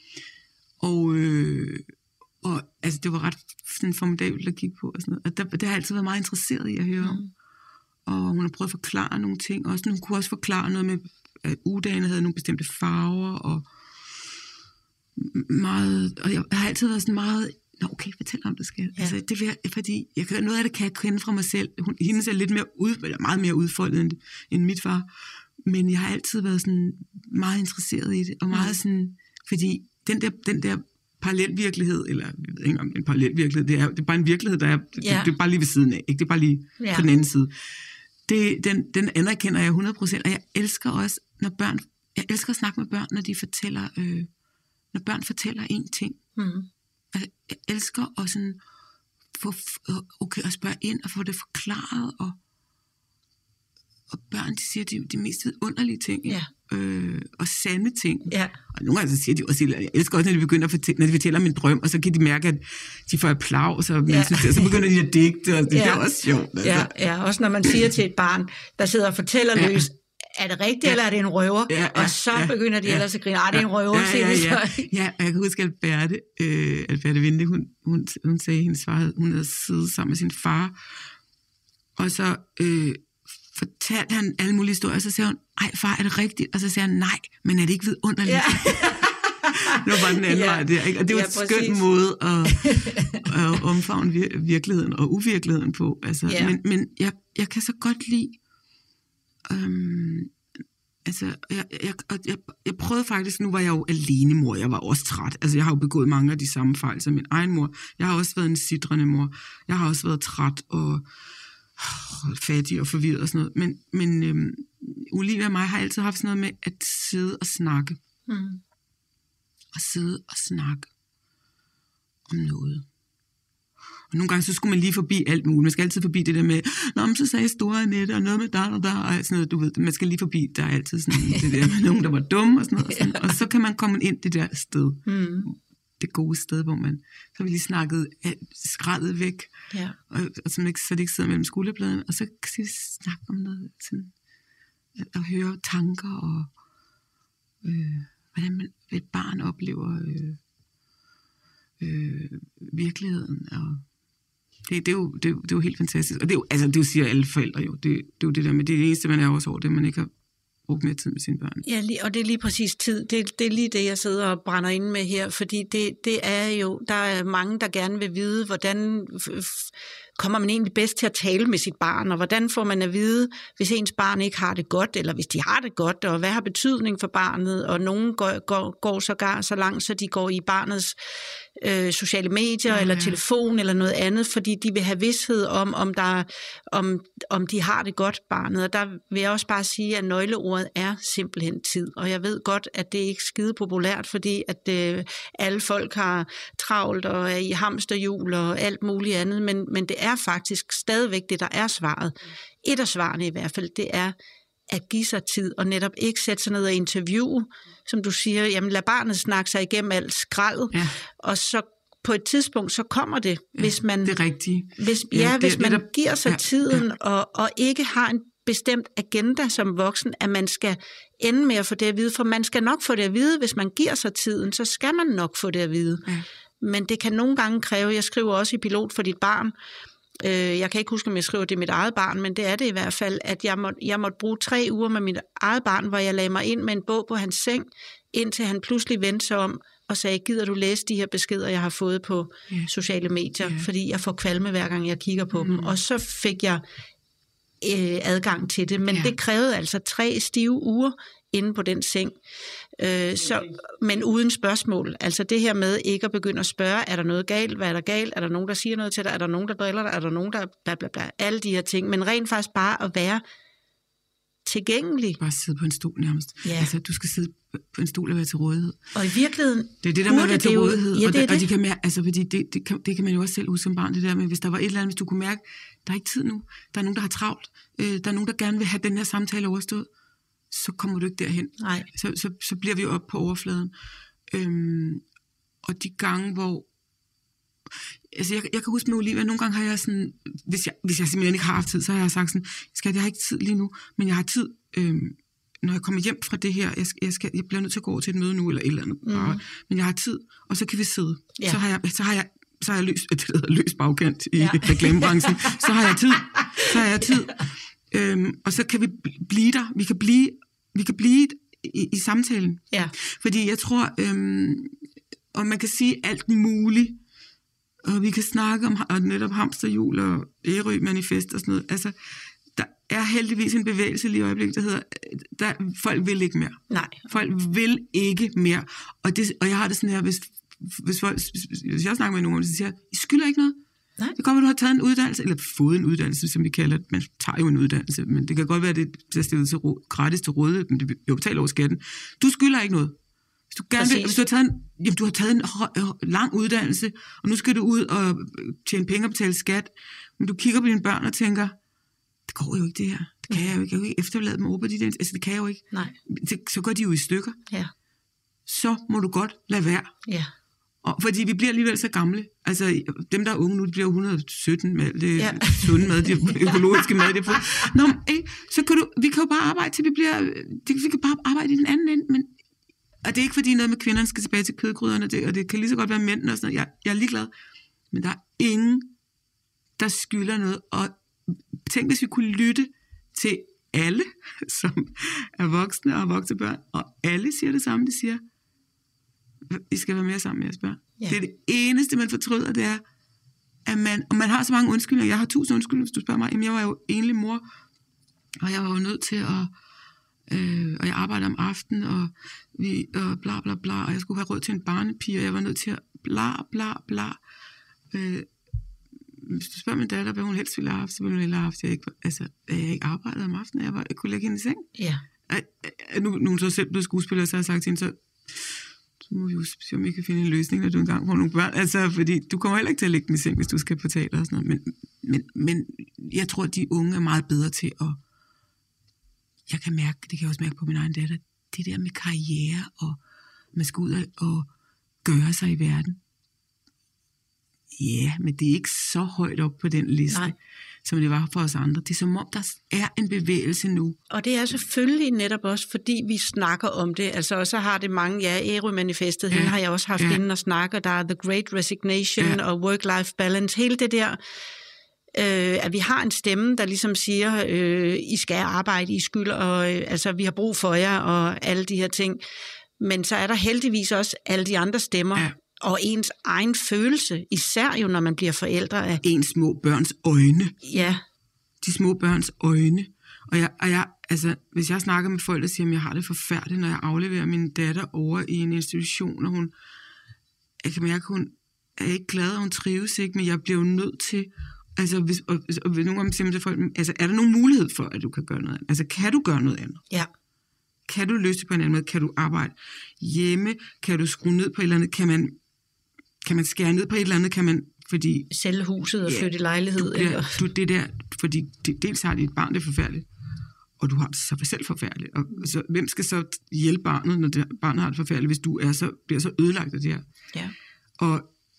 Og altså, det var ret sådan formidabelt at kigge på. Og sådan noget. Og det har jeg altid været meget interesseret i at høre om. Og hun har prøvet at forklare nogle ting. Også, hun kunne også forklare noget med, at ugedagene havde nogle bestemte farver, og jeg har altid været sådan meget... Nå, okay, fortæl om det, skal. Ja. Altså, det vil jeg, fordi noget af det kan jeg kende fra mig selv. Hendes er lidt mere meget mere udfoldet end mit far. Men jeg har altid været sådan meget interesseret i det, og meget sådan, fordi den der parallelvirkelighed, eller jeg ved ikke om en parallelvirkelighed, det er bare en virkelighed, der er, det er bare lige ved siden af, ikke? Det er bare lige på den anden side. Den anerkender jeg 100%, og jeg elsker også, jeg elsker at snakke med børn, når de fortæller når børn fortæller en ting. Altså, jeg elsker at sådan få, at spørge ind og få det forklaret, og børn, de siger de mest vidunderlige ting, og sande ting. Ja. Og nogle gange så siger de også, jeg elsker også, når de begynder når de fortæller min drøm, og så kan de mærke, at de får applaus, og så begynder de at digte, og det er også sjovt. Altså. Ja, også når man siger til et barn, der sidder og fortæller løs, er det rigtigt, eller er det en røver? Og så begynder de ellers at grine, det er en røver, Ja, og jeg kan huske, at Alberte Winde, hun sagde, at hendes far, hun havde siddet sammen med sin far, og så fortalte han alle mulige historier, og så sagde hun, ej far, er det rigtigt? Og så sagde han, nej, men er det ikke vidunderligt? Det var bare den anden vej der, ikke? Og det var en skøn måde at omfavne virkeligheden og uvirkeligheden på. Altså. Men jeg kan så godt lide, jeg prøvede faktisk, nu var jeg jo alene mor, jeg var også træt. Altså jeg har jo begået mange af de samme fejl som min egen mor. Jeg har også været en sitrende mor. Jeg har også været træt og fattig og forvirret og sådan noget. Men Olivia og mig har altid haft sådan noget med at sidde og snakke. Og sidde og snakke om noget. Og nogle gange så skulle man lige forbi alt muligt. Man skal altid forbi det der med, nå, men så sagde store Annette, og noget med der og sådan noget, du ved. Man skal lige forbi, der er altid sådan det der med nogen, der var dumme og sådan noget. Og, sådan. Og så kan man komme ind det der sted. Det gode sted, hvor man, så har vi lige snakket skraldet væk. Ja. Og så det ikke sidder mellem skulderbladene. Og så kan vi snakke om noget, sådan, at høre tanker og hvordan et barn oplever virkeligheden. Og det er jo helt fantastisk. Og det siger alle forældre jo. Det er jo det der med, det eneste, man er også over, det man ikke har brugt mere tid med sine børn. Ja, og det er lige præcis tid. Det er lige det, jeg sidder og brænder inde med her, fordi det er jo, der er mange, der gerne vil vide, hvordan kommer man egentlig bedst til at tale med sit barn, og hvordan får man at vide, hvis ens barn ikke har det godt, eller hvis de har det godt, og hvad har betydning for barnet, og nogen går sågar så langt, så de går i barnets sociale medier, eller telefon, eller noget andet, fordi de vil have vished om de har det godt, barnet. Og der vil jeg også bare sige, at nøgleordet er simpelthen tid. Og jeg ved godt, at det ikke er skide populært, fordi at alle folk har travlt og er i hamsterhjul og alt muligt andet, men det er faktisk stadigvæk det, der er svaret. Et af svarene i hvert fald, det er at give sig tid, og netop ikke sætte sig ned og interviewe, som du siger, jamen lad barnet snakke sig igennem alt skrald, og så på et tidspunkt, så kommer det, hvis man... Det rigtige. Hvis man giver sig tiden, og ikke har en bestemt agenda som voksen, at man skal ende med at få det at vide, for man skal nok få det at vide, hvis man giver sig tiden, så skal man nok få det at vide. Men det kan nogle gange kræve, jeg skriver også i Pilot for dit barn, jeg kan ikke huske, om jeg skriver det mit eget barn, men det er det i hvert fald, at jeg måtte bruge 3 uger med mit eget barn, hvor jeg lagde mig ind med en bog på hans seng, indtil han pludselig vendte sig om og sagde, gider du læse de her beskeder, jeg har fået på sociale medier, fordi jeg får kvalme hver gang jeg kigger på dem. Og så fik jeg adgang til det, men det krævede altså 3 stive uger inde på den seng. Men uden spørgsmål. Altså det her med ikke at begynde at spørge, er der noget galt, hvad er der galt, er der nogen, der siger noget til dig, er der nogen, der driller dig, er der nogen, der bla bla bla, alle de her ting, men rent faktisk bare at være tilgængelig. Bare sidde på en stol nærmest. Altså du skal sidde på en stol og være til rådighed. Og i virkeligheden det er det der med at være til rådighed. Og de kan mærke, altså fordi det kan man jo også selv huske som barn, det der med, hvis der var et eller andet, hvis du kunne mærke, der er ikke tid nu, der er nogen, der har travlt, der er nogen, der gerne vil have den her samtale overstået, så kommer du ikke derhen. Nej. Så bliver vi jo op på overfladen. Og de gange, hvor... Altså, jeg kan huske med Olivia, nogle gange har jeg sådan... Hvis jeg simpelthen ikke har haft tid, så har jeg sagt sådan, jeg har ikke tid lige nu, men jeg har tid, når jeg kommer hjem fra det her, jeg bliver nødt til at gå over til et møde nu, eller et eller andet. Men jeg har tid, og så kan vi sidde. Ja. Så har jeg løs bagkant i reklamebranchen. Så har jeg tid. Og så kan vi blive der. Vi kan blive i samtalen. Ja. Fordi jeg tror, og man kan sige alt muligt, og vi kan snakke om netop hamsterhjul og Ærø manifest og sådan noget. Altså, der er heldigvis en bevægelse lige i øjeblikket, der hedder, folk vil ikke mere. Nej. Folk vil ikke mere. Og jeg har det sådan her, hvis jeg snakker med nogen, så siger jeg, I skylder ikke noget. Nej. Det kan godt være, du har taget en uddannelse, eller fået en uddannelse, som vi kalder det. Man tager jo en uddannelse, men det kan godt være, at det bliver stillet gratis til rådighed, men det bliver betalt over skatten. Du skylder ikke noget. Hvis du har taget en lang uddannelse, og nu skal du ud og tjene penge og betale skat, men du kigger på dine børn og tænker, det går jo ikke det her. Det kan jeg jo ikke. Jeg kan jo ikke efterlade dem over på de der. Altså, det kan jeg jo ikke. Nej. Så går de jo i stykker. Ja. Så må du godt lade være. Ja. Og fordi vi bliver alligevel så gamle. Altså, dem der er unge nu, de bliver 117 med det sunde mad, det økologiske mad, det får. Nå, så kan vi kan jo bare arbejde til vi bliver, vi kan bare arbejde i den anden ende, men og det er ikke fordi noget med kvinderne skal tilbage til kødgryderne, og det kan lige så godt være mændene og sådan noget. Jeg er ligeglad. Men der er ingen, der skylder noget. Og tænk, hvis vi kunne lytte til alle, som er voksne og har voksne børn, og alle siger det samme, de siger, I skal være mere sammen med jeres børn. Ja. Det er det eneste, man fortryder, det er, at man har så mange undskyldninger. Jeg har 1000 undskyldninger, hvis du spørger mig. Jamen, jeg var jo enlig mor, og jeg var jo nødt til at og jeg arbejdede om aftenen, og bla bla bla, og jeg skulle have råd til en barnepige, og jeg var nødt til at bla bla bla. Hvis du spørger min datter, hvad hun helst ville have haft, så ville hun hellere have haft, jeg ikke arbejdede om aftenen, jeg kunne lægge hende i seng. Ja. Nu så selv blevet skuespiller, så har jeg sagt til hende, så må vi jo se, om vi kan finde en løsning, når du engang får nogle børn. Altså, fordi du kommer heller ikke til at lægge den i seng, hvis du skal på teater og sådan noget. Men jeg tror, at de unge er meget bedre til at jeg kan mærke, det kan jeg også mærke på min egen datter, det der med karriere, og man skal ud og gøre sig i verden. Ja, men det er ikke så højt op på den liste, som det var for os andre. Det er som om, der er en bevægelse nu. Og det er selvfølgelig netop også, fordi vi snakker om det. Altså, og så har det mange, Ærø-manifestet, hende har jeg også haft inden og snakke. Der er The Great Resignation og Work-Life Balance, hele det der. At vi har en stemme, der ligesom siger, I skal arbejde, I skyld, og altså, vi har brug for jer, og alle de her ting. Men så er der heldigvis også alle de andre stemmer, og ens egen følelse, især jo, når man bliver forældre af ens små børns øjne. Ja. De små børns øjne. Og jeg altså, hvis jeg snakker med folk, der siger, at jeg har det forfærdeligt, når jeg afleverer min datter over i en institution, og jeg kan mærke, at hun er ikke glad, og hun trives ikke, men jeg bliver jo nødt til. Altså, og nogle gange siger man til folk, altså, er der nogen mulighed for, at du kan gøre noget andet? Altså, kan du gøre noget andet? Ja. Kan du løse det på en anden måde? Kan du arbejde hjemme? Kan du skrue ned på et eller andet? Kan man skære ned på et eller andet? Kan man, fordi sælge huset og flytte i lejlighed? Du det der, fordi dels har dit barn det forfærdeligt, og du har det så selv forfærdeligt. Og så, hvem skal så hjælpe barnet, når barnet har det forfærdeligt, hvis du bliver så ødelagt af det her? Ja. Og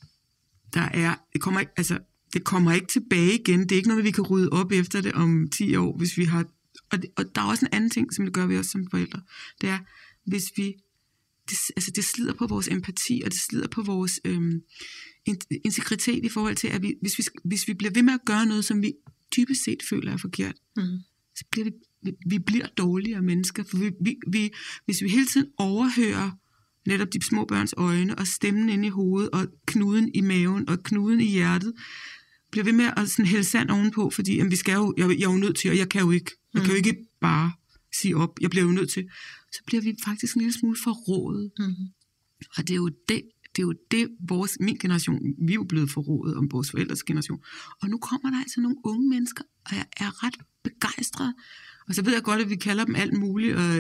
det kommer ikke tilbage igen. Det er ikke noget, vi kan rydde op efter det om 10 år, hvis vi har. Og der er også en anden ting, som det gør vi også som forældre. Det er, hvis vi. Det slider på vores empati, og det slider på vores integritet i forhold til, at hvis vi bliver ved med at gøre noget, som vi typisk set føler er forkert, så bliver vi bliver dårligere mennesker. For hvis vi hele tiden overhører netop de små børns øjne, og stemmen inde i hovedet, og knuden i maven, og knuden i hjertet, bliver ved med at sådan hælde sand ovenpå, fordi jamen, jeg er jo nødt til, og jeg kan jo ikke bare sige op, jeg bliver jo nødt til, så bliver vi faktisk en lille smule forrådet. Og det er jo det, min generation, vi er jo blevet forrådet om vores forældres generation. Og nu kommer der altså nogle unge mennesker, og jeg er ret begejstret. Og så ved jeg godt, at vi kalder dem alt muligt, og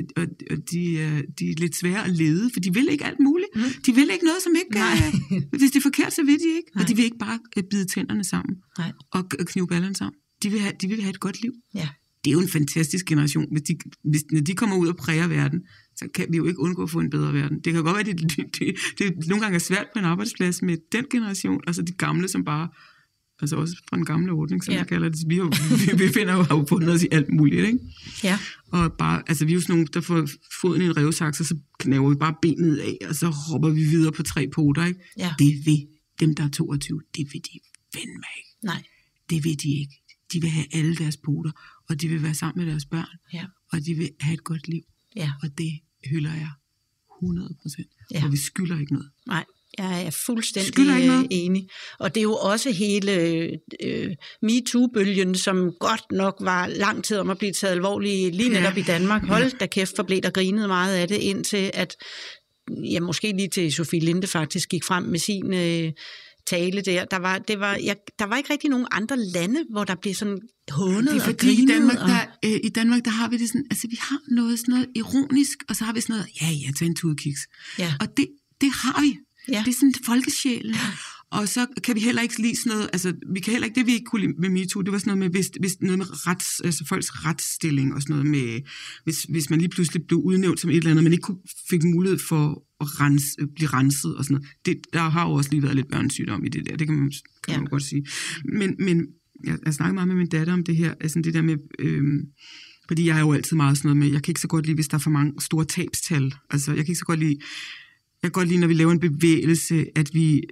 de er lidt svære at lede, for de vil ikke alt muligt. De vil ikke noget, som ikke hvis det er forkert, så vil de ikke. Og de vil ikke bare bide tænderne sammen og knive ballerne sammen. De vil have et godt liv. Ja. Det er jo en fantastisk generation. Når de kommer ud og præger verden, så kan vi jo ikke undgå at få en bedre verden. Det kan godt være, at det nogle gange er svært på en arbejdsplads med den generation, altså de gamle, som bare, altså også fra den gamle ordning, som jeg kalder det. Vi finder jo har fundet os i alt muligt, ikke? Ja. Og bare, altså vi er jo sådan nogle, der får foden i en revsaks, og så knæver vi bare benet af, og så hopper vi videre på 3 poter, ikke? Ja. Det vil dem, der er 22, det vil de fandme ikke. Nej. Det vil de ikke. De vil have alle deres poter, og de vil være sammen med deres børn, og de vil have et godt liv. Ja. Og det hylder jeg 100%. Ja. Og vi skylder ikke noget. Nej, jeg er fuldstændig enig. Og det er jo også hele MeToo-bølgen, som godt nok var lang tid om at blive taget alvorligt lige netop i Danmark. Hold da kæft, for blev der grinet meget af det, indtil at, måske lige til Sofie Linde faktisk gik frem med sin tale der. Der var ikke rigtig nogen andre lande, hvor der blev sådan hånet det er fordi og grinet. I Danmark, der har vi det sådan, altså vi har sådan noget ironisk, og så har vi sådan noget, ja, tag en tudkiks. Ja. Og det har vi. Ja. Det er sådan folkesjælen. Og så kan vi heller ikke lide sådan noget, altså vi kan heller ikke, det vi ikke kunne lide med MeToo, det var sådan noget med, hvis noget med altså folks retsstilling og sådan noget med, hvis man lige pludselig blev udnævnt som et eller andet, man ikke fik mulighed for at blive renset og sådan noget. Der har jo også lige været lidt børnesygdom i det der, det kan man godt sige. Men jeg snakker meget med min datter om det her, altså det der med, fordi jeg er jo altid meget sådan noget med, jeg kan ikke så godt lide, hvis der er for mange store tabstal. Altså jeg kan ikke så godt lide, når vi laver en bevægelse, at vi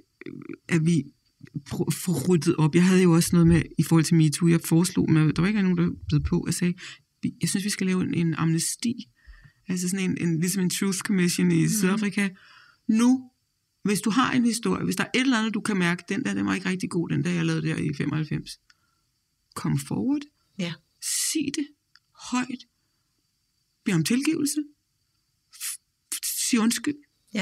får ryddet op. Jeg havde jo også noget med, i forhold til MeToo, jeg foreslog, men der var ikke nogen, der bed på, jeg sagde, jeg synes, vi skal lave en amnesti, altså sådan ligesom en Truth Commission i Sydafrika. Nu, hvis du har en historie, hvis der er et eller andet, du kan mærke, den var ikke rigtig god, den der jeg lavede der i 95, kom forward, sig det højt, bed om tilgivelse, sig undskyld,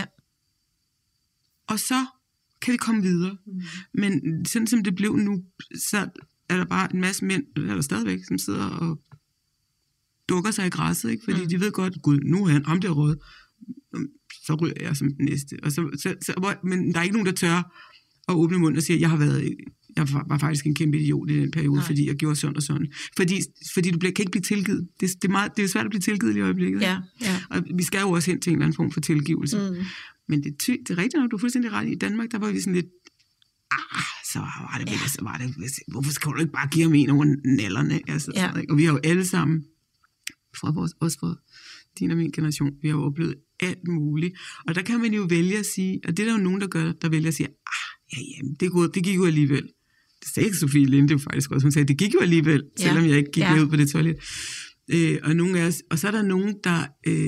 og så kan vi komme videre. Men sådan som det blev nu, så er der bare en masse mænd, eller stadigvæk, som sidder og dukker sig i græsset, ikke? Fordi de ved godt, gud, nu er ham der rød, så ryger jeg som den næste. Og men der er ikke nogen, der tør at åbne munden og sige, jeg var faktisk en kæmpe idiot i den periode, fordi jeg gjorde sådan og sådan. Fordi du kan ikke blive tilgivet. Det er svært at blive tilgivet i øjeblikket. Ja. Og vi skal jo også hen til en eller anden form for tilgivelse. Men det er rigtigt, når du er fuldstændig ret. I Danmark, der var vi sådan lidt, så var det, hvorfor skal du ikke bare give ham en over nallerne? Altså, og vi har jo alle sammen, også fra din og min generation, vi har jo oplevet alt muligt. Og der kan man jo vælge at sige, og det er der jo nogen, der vælger at sige, det gik jo alligevel. Det sagde ikke Sofie Linde, det var faktisk også, hun sagde, det gik jo alligevel, selvom jeg ikke gik med ud på det toilet. Og så er der nogen, der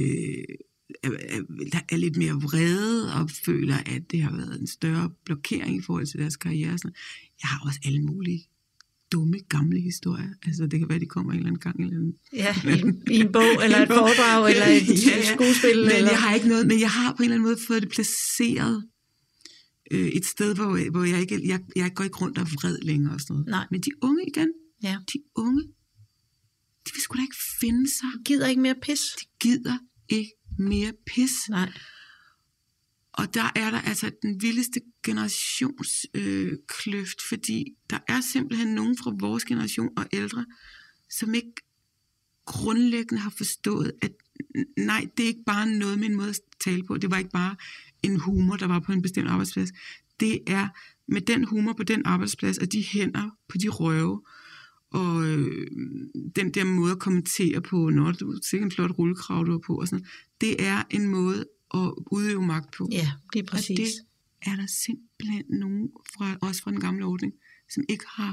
er lidt mere vrede og føler, at det har været en større blokering i forhold til deres karriere. Jeg har også alle mulige dumme, gamle historier. Altså, det kan være, de kommer en eller anden gang. I en bog, eller et foredrag, eller et skuespil. Men jeg har ikke noget, men jeg har på en eller anden måde fået det placeret et sted, hvor jeg går ikke rundt og vred længere og sådan noget. Nej. Men de unge igen, de unge, de vil sgu da ikke finde sig. De gider ikke mere pis. De gider ikke mere pis. Nej. Og der er der altså den vildeste generationskløft, fordi der er simpelthen nogen fra vores generation og ældre, som ikke grundlæggende har forstået, at nej, det er ikke bare noget med en måde at tale på. Det var ikke bare en humor, der var på en bestemt arbejdsplads. Det er med den humor på den arbejdsplads, og de hænder på de røve, og den der måde at kommentere på, når du ser en flot rullekrav, du er på, og sådan, det er en måde at udøve magt på. Ja, det er præcis. Og det er der simpelthen nogen, også fra den gamle ordning, som ikke har,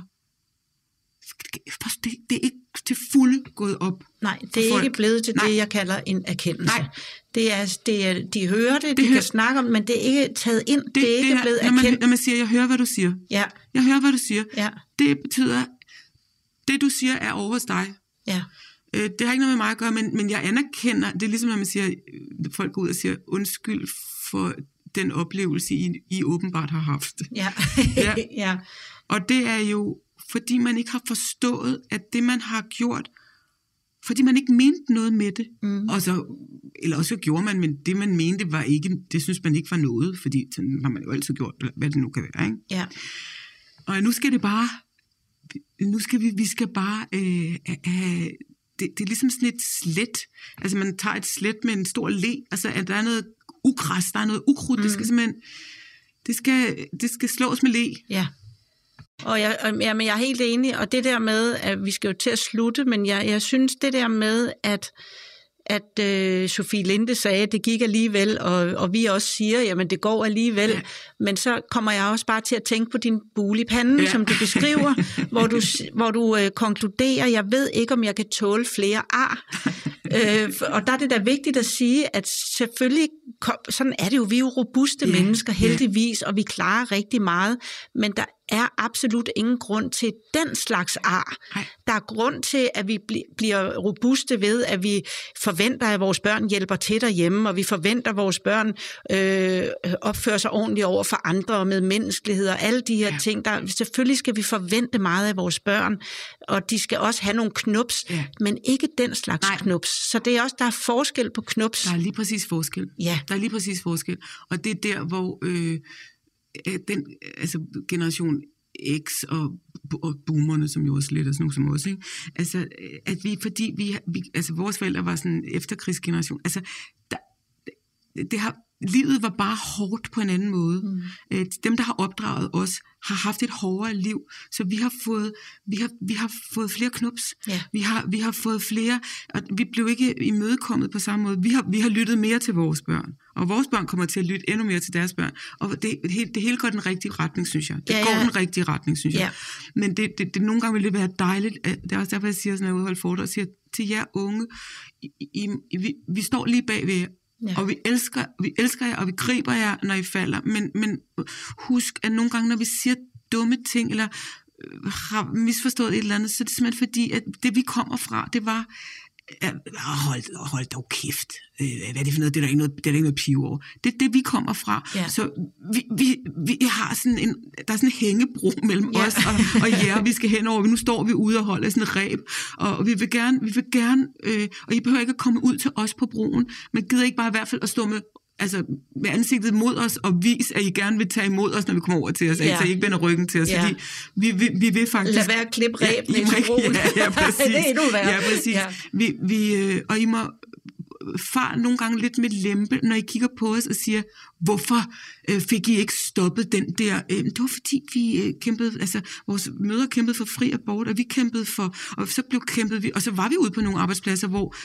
det er ikke til fulde gået op. Nej, det er folk. Ikke blevet til det, jeg kalder en erkendelse. Nej. Det er, de hører det, de kan snakke om, men det er ikke taget ind, det er ikke blevet erkendt. Når man siger, jeg hører, hvad du siger. Ja. Jeg hører, hvad du siger. Ja. Det betyder, det du siger er over hos dig. Ja. Det har ikke noget med mig at gøre, men jeg anerkender, det er ligesom når man siger, folk går ud og siger undskyld for den oplevelse, I åbenbart har haft. Ja. Ja. Og det er jo, fordi man ikke har forstået, at det man har gjort, fordi man ikke mente noget med det, og så, eller også gjorde man, men det man mente var ikke, det synes man ikke var noget, fordi sådan har man jo altid gjort, hvad det nu kan være, ikke? Ja. Og nu skal det bare, vi skal bare have, det er ligesom sådan et slet, altså man tager et slet med en stor le, altså at der er noget ugræs, der er noget ukrudt, det skal simpelthen, det skal slås med le. Ja. Og jeg er helt enig, og det der med, at vi skal jo til at slutte, men jeg synes det der med, at Sofie Linde sagde, at det gik alligevel, og vi også siger, jamen det går alligevel, men så kommer jeg også bare til at tænke på din bule i panden, som du beskriver, hvor du konkluderer, jeg ved ikke, om jeg kan tåle flere ar. Og der er det da vigtigt at sige, at selvfølgelig sådan er det jo, vi er jo robuste mennesker heldigvis, og vi klarer rigtig meget, men der er absolut ingen grund til den slags ar. Der er grund til, at vi bliver robuste ved, at vi forventer, at vores børn hjælper til derhjemme, og vi forventer, at vores børn opfører sig ordentligt over for andre og med menneskelighed og alle de her ting. Selvfølgelig skal vi forvente meget af vores børn, og de skal også have nogle knups, men ikke den slags knups. Så det er også, der er forskel på knups. Der er lige præcis forskel. Ja. Der er lige præcis forskel. Og det er der, hvor generation X og boomerne, som jo også lidt er sådan nogle som os, ikke? Altså, at fordi vi altså vores forældre var sådan en efterkrigsgeneration, altså, livet var bare hårdt på en anden måde. Dem, der har opdraget os, har haft et hårdere liv, så vi har fået flere knups. Vi har fået flere, og vi blev ikke imødekommet på samme måde. Vi har lyttet mere til vores børn, og vores børn kommer til at lytte endnu mere til deres børn. Og det hele går den rigtige retning, synes jeg. Det går den rigtige retning, synes jeg. Men det nogle gange vil det være dejligt. Det er også derfor, jeg siger, når jeg udholder foredrag, og siger til jer unge, vi står lige bagved jer. Og vi elsker jer, og vi griber jer, når I falder. Men husk, at nogle gange, når vi siger dumme ting, eller har misforstået et eller andet, så er det simpelthen fordi, at det vi kommer fra, det var, hold dog kæft. Hvad er det for noget? Det er der ikke noget pive over. Det er det, vi kommer fra. Så vi har sådan der er sådan en hængebro mellem os og jer, vi skal henover. Nu står vi ude og holder sådan en reb, og vi vil gerne, og I behøver ikke at komme ud til os på broen, men gider ikke bare i hvert fald at stå med ansigtet mod os, og vis, at I gerne vil tage imod os, når vi kommer over til os, altså I ikke vender ryggen til os, fordi vi vil faktisk... Lad være at klippe ræben i broen. Ja, præcis. Det er endnu værre. Ja, præcis. Og I må far nogle gange lidt med lempe, når I kigger på os og siger, hvorfor fik I ikke stoppet den der? Det var fordi, vi kæmpede, altså vores mødre kæmpede for fri abort, og vi kæmpede for, og så kæmpede vi, og så var vi ude på nogle arbejdspladser, hvor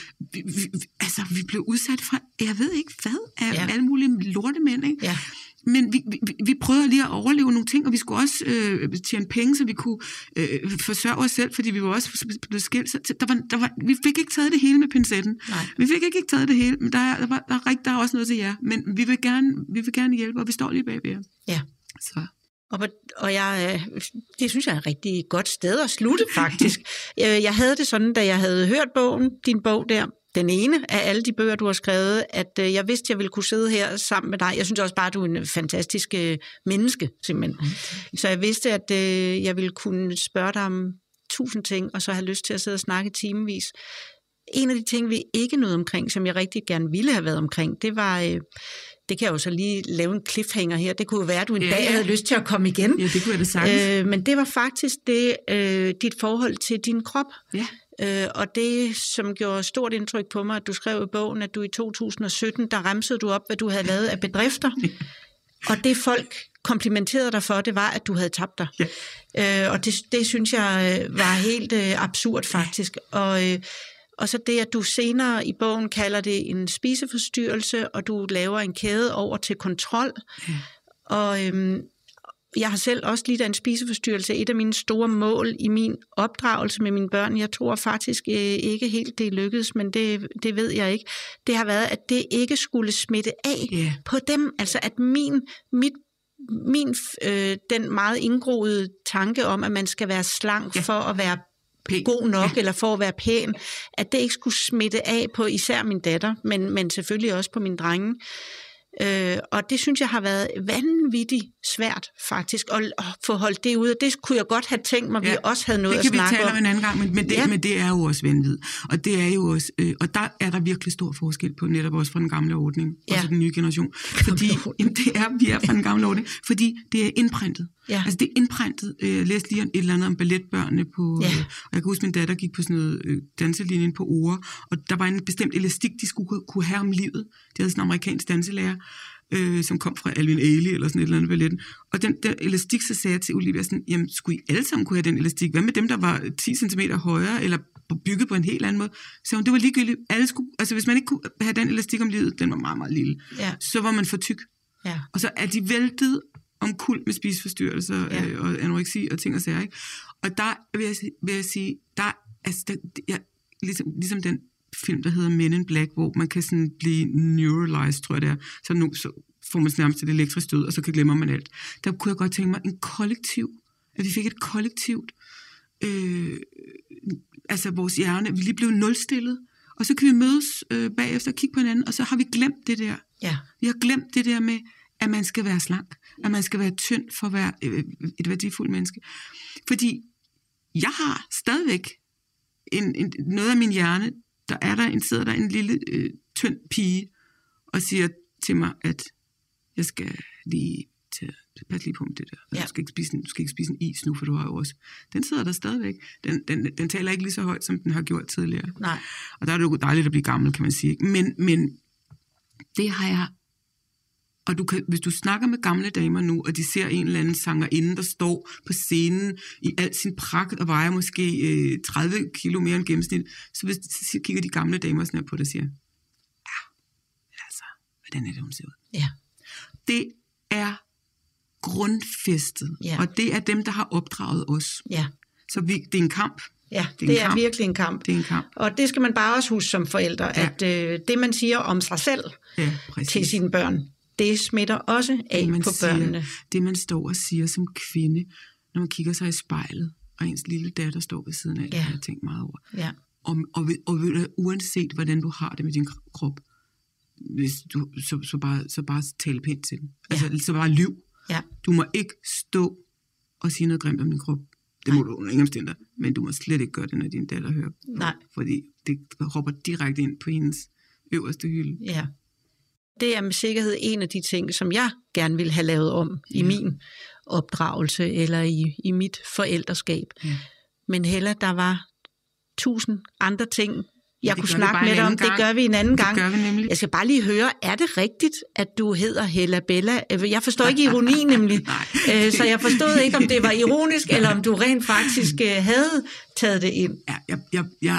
vi blev udsat for, jeg ved ikke hvad, af alle mulige lortemænd, ikke? Ja. Men vi prøvede lige at overleve nogle ting, og vi skulle også tjene penge, så vi kunne forsørge os selv, fordi vi var også blevet skilt. Så vi fik ikke taget det hele med pincetten. Nej. Vi fik ikke taget det hele, men der er også noget til jer. Men vi vil gerne hjælpe, og vi står lige bagved jer. Ja. Så. Og det synes jeg er et rigtig godt sted at slutte, faktisk. Jeg havde det sådan, da jeg havde hørt din bog der, den ene af alle de bøger, du har skrevet, at jeg vidste, jeg ville kunne sidde her sammen med dig. Jeg synes også bare, at du er en fantastisk menneske, simpelthen. Så jeg vidste, at jeg ville kunne spørge dig om 1000 ting, og så have lyst til at sidde og snakke timevis. En af de ting, vi ikke nåede omkring, som jeg rigtig gerne ville have været omkring, det var... Det kan jeg jo så lige lave en cliffhanger her. Det kunne jo være, at du en dag havde lyst til at komme igen. Ja, det kunne jeg da sagtens. Men det var faktisk dit forhold til din krop. Ja. Og det, som gjorde stort indtryk på mig, at du skrev i bogen, at du i 2017, der remsede du op, hvad du havde lavet af bedrifter. Og det folk komplimenterede dig for, det var, at du havde tabt dig. Ja. Og det synes jeg var helt absurd faktisk. Og så det, at du senere i bogen kalder det en spiseforstyrrelse, og du laver en kæde over til kontrol. Ja. Og jeg har selv også lidt af en spiseforstyrrelse. Et af mine store mål i min opdragelse med mine børn, jeg tror faktisk ikke helt, det lykkedes, men det ved jeg ikke. Det har været, at det ikke skulle smitte af på dem. Altså at den meget indgroede tanke om, at man skal være slank for at være god nok, eller for at være pæn, at det ikke skulle smitte af på især min datter, men selvfølgelig også på mine drenge. Og det synes jeg har været vanvittigt svært faktisk at få holdt det ud, og det kunne jeg godt have tænkt mig, vi også havde noget at snakke om. Det kan vi tale om en anden gang, men det er jo også vanvid. Og det er jo også, og der er der virkelig stor forskel på netop også fra den gamle ordning, og så den nye generation. Fordi vi er fra den gamle ordning, fordi det er indprintet. Ja. Altså det er indprintet. Jeg læste lige et eller andet om balletbørnene på, og jeg kan huske, min datter gik på sådan noget danselinjen på Ore, og der var en bestemt elastik, de skulle kunne have om livet. De havde sådan en amerikansk danselærer, som kom fra Alvin Ailey eller sådan et eller andet balletten. Og den elastik, så sagde jeg til Olivia sådan, jamen skulle I alle sammen kunne have den elastik? Hvad med dem, der var 10 cm højere, eller bygget på en helt anden måde? Så det var ligegyldigt. Alle skulle, altså hvis man ikke kunne have den elastik om livet, den var meget, meget lille, så var man for tyk. Ja. Og så er de væltet omkuld med spiseforstyrrelser og anoreksi og ting og sager, ikke? Og der vil jeg sige, ligesom den film, der hedder Men in Black, hvor man kan sådan blive neuralized, tror jeg det er. Så får man nærmest et elektrisk stød, og så glemmer man alt. Der kunne jeg godt tænke mig at vi fik et kollektivt, altså vores hjerne, vi lige blev nulstillet, og så kan vi mødes bagefter og kigge på hinanden, og så har vi glemt det der. Ja. Vi har glemt det der med, at man skal være slank, at man skal være tynd for at være et værdifuldt menneske. Fordi jeg har stadigvæk noget af min hjerne, sidder der en lille tynd pige, og siger til mig, at jeg skal lige pas lige på med det der. Ja. Du skal ikke spise en is nu, for du har jo også. Den sidder der stadigvæk. Den taler ikke lige så højt, som den har gjort tidligere. Nej. Og der er det jo dejligt at blive gammel, kan man sige. Men det har jeg. Og hvis du snakker med gamle damer nu, og de ser en eller anden sangerinde, der står på scenen i al sin pragt og vejer måske 30 kilo mere end gennemsnit, så kigger de gamle damer sådan her på det og siger, ja, altså, hvordan er det, hun ser ud? Ja. Det er grundfæstet, og det er dem, der har opdraget os. Ja. Så det er en kamp. Ja, det er virkelig en kamp. Det er en kamp. Og det skal man bare også huske som forældre, at det, man siger om sig selv til sine børn, det smitter også af på børnene. Det, man står og siger som kvinde, når man kigger sig i spejlet, og ens lille datter står ved siden af, det har jeg tænkt meget over. Ja. Og uanset hvordan du har det med din krop, hvis du, så bare tale pænt til den. Altså, så bare lyv. Ja. Du må ikke stå og sige noget grimt om din krop. Det må du under ingen omstændigheder, men du må slet ikke gøre det, når din datter hører. Nej. Fordi det hopper direkte ind på hendes øverste hylde. Ja. Det er med sikkerhed en af de ting, som jeg gerne vil have lavet om i min opdragelse eller i mit forældreskab. Ja. Men Hella, der var 1000 andre ting, jeg kunne snakke med dig om. Det gør vi en anden gang. Jeg skal bare lige høre, er det rigtigt, at du hedder Hella Bella? Jeg forstår ikke ironi nemlig. Så jeg forstod ikke, om det var ironisk, eller om du rent faktisk havde taget det ind. Ja,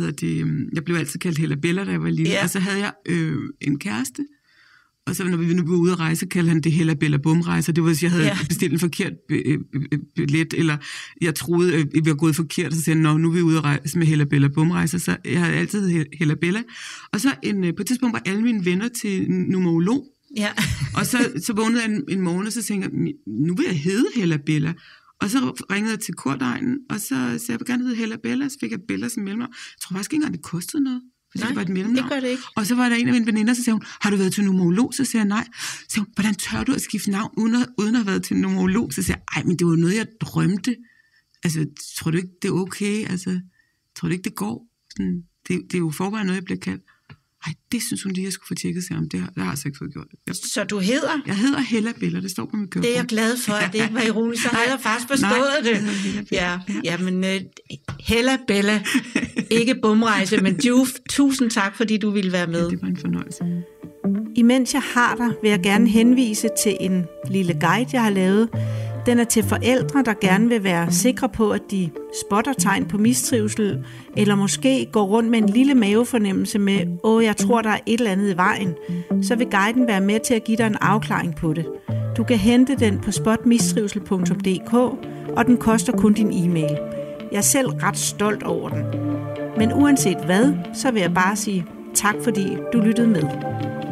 jeg blev altid kaldt Hella Bella, da jeg var lille. Og så havde jeg en kæreste, og så når vi nu var ude at rejse, kaldte han det Hella Bella Bumrejser. Det var, hvis jeg havde bestilt en forkert billet, eller jeg troede, vi var gået forkert, og så sagde han, nu er vi ude at rejse med Hella Bella Bumrejser. Så jeg havde altid Hella Bella. Og så på et tidspunkt var alle mine venner til numerolog. Ja. Og så vågnede jeg en morgen, og så tænkte jeg, nu vil jeg hedde Hella Bella. Og så ringede jeg til kordegnen, og så sagde jeg, vil gerne hedde Hella Bella. Så fik jeg Bella som mellemnavn. Jeg tror faktisk ikke engang, det kostede noget. Nej, det var et mellemnavn. Det gør det ikke. Og så var der en af mine veninder, så sagde hun, har du været til numerolog? Så sagde jeg nej. Så sagde hun, hvordan tør du at skifte navn, uden at have været til numerolog? Så sagde jeg, ej, men det var noget, jeg drømte. Altså, tror du ikke, det er okay? Altså, tror du ikke, det går? Sådan, det er jo forvejen noget, jeg bliver kaldt. Ej, det synes hun lige, jeg skulle få tjekket sig om. Det har jeg altså ikke fået gjort. Så du hedder? Jeg hedder Hella Bella, det står på mit kørekort. Det er jeg glad for, at det ikke var ironisk. Så havde jeg faktisk forstået det. Ja, men Hella Bella, ikke Bumrejse, men Juf, tusind tak, fordi du ville være med. Ja, det var en fornøjelse. Imens jeg har dig, vil jeg gerne henvise til en lille guide, jeg har lavet. Den er til forældre, der gerne vil være sikre på, at de spotter tegn på mistrivsel, eller måske går rundt med en lille mavefornemmelse med, jeg tror, der er et eller andet i vejen. Så vil guiden være med til at give dig en afklaring på det. Du kan hente den på spotmistrivsel.dk, og den koster kun din e-mail. Jeg er selv ret stolt over den. Men uanset hvad, så vil jeg bare sige tak, fordi du lyttede med.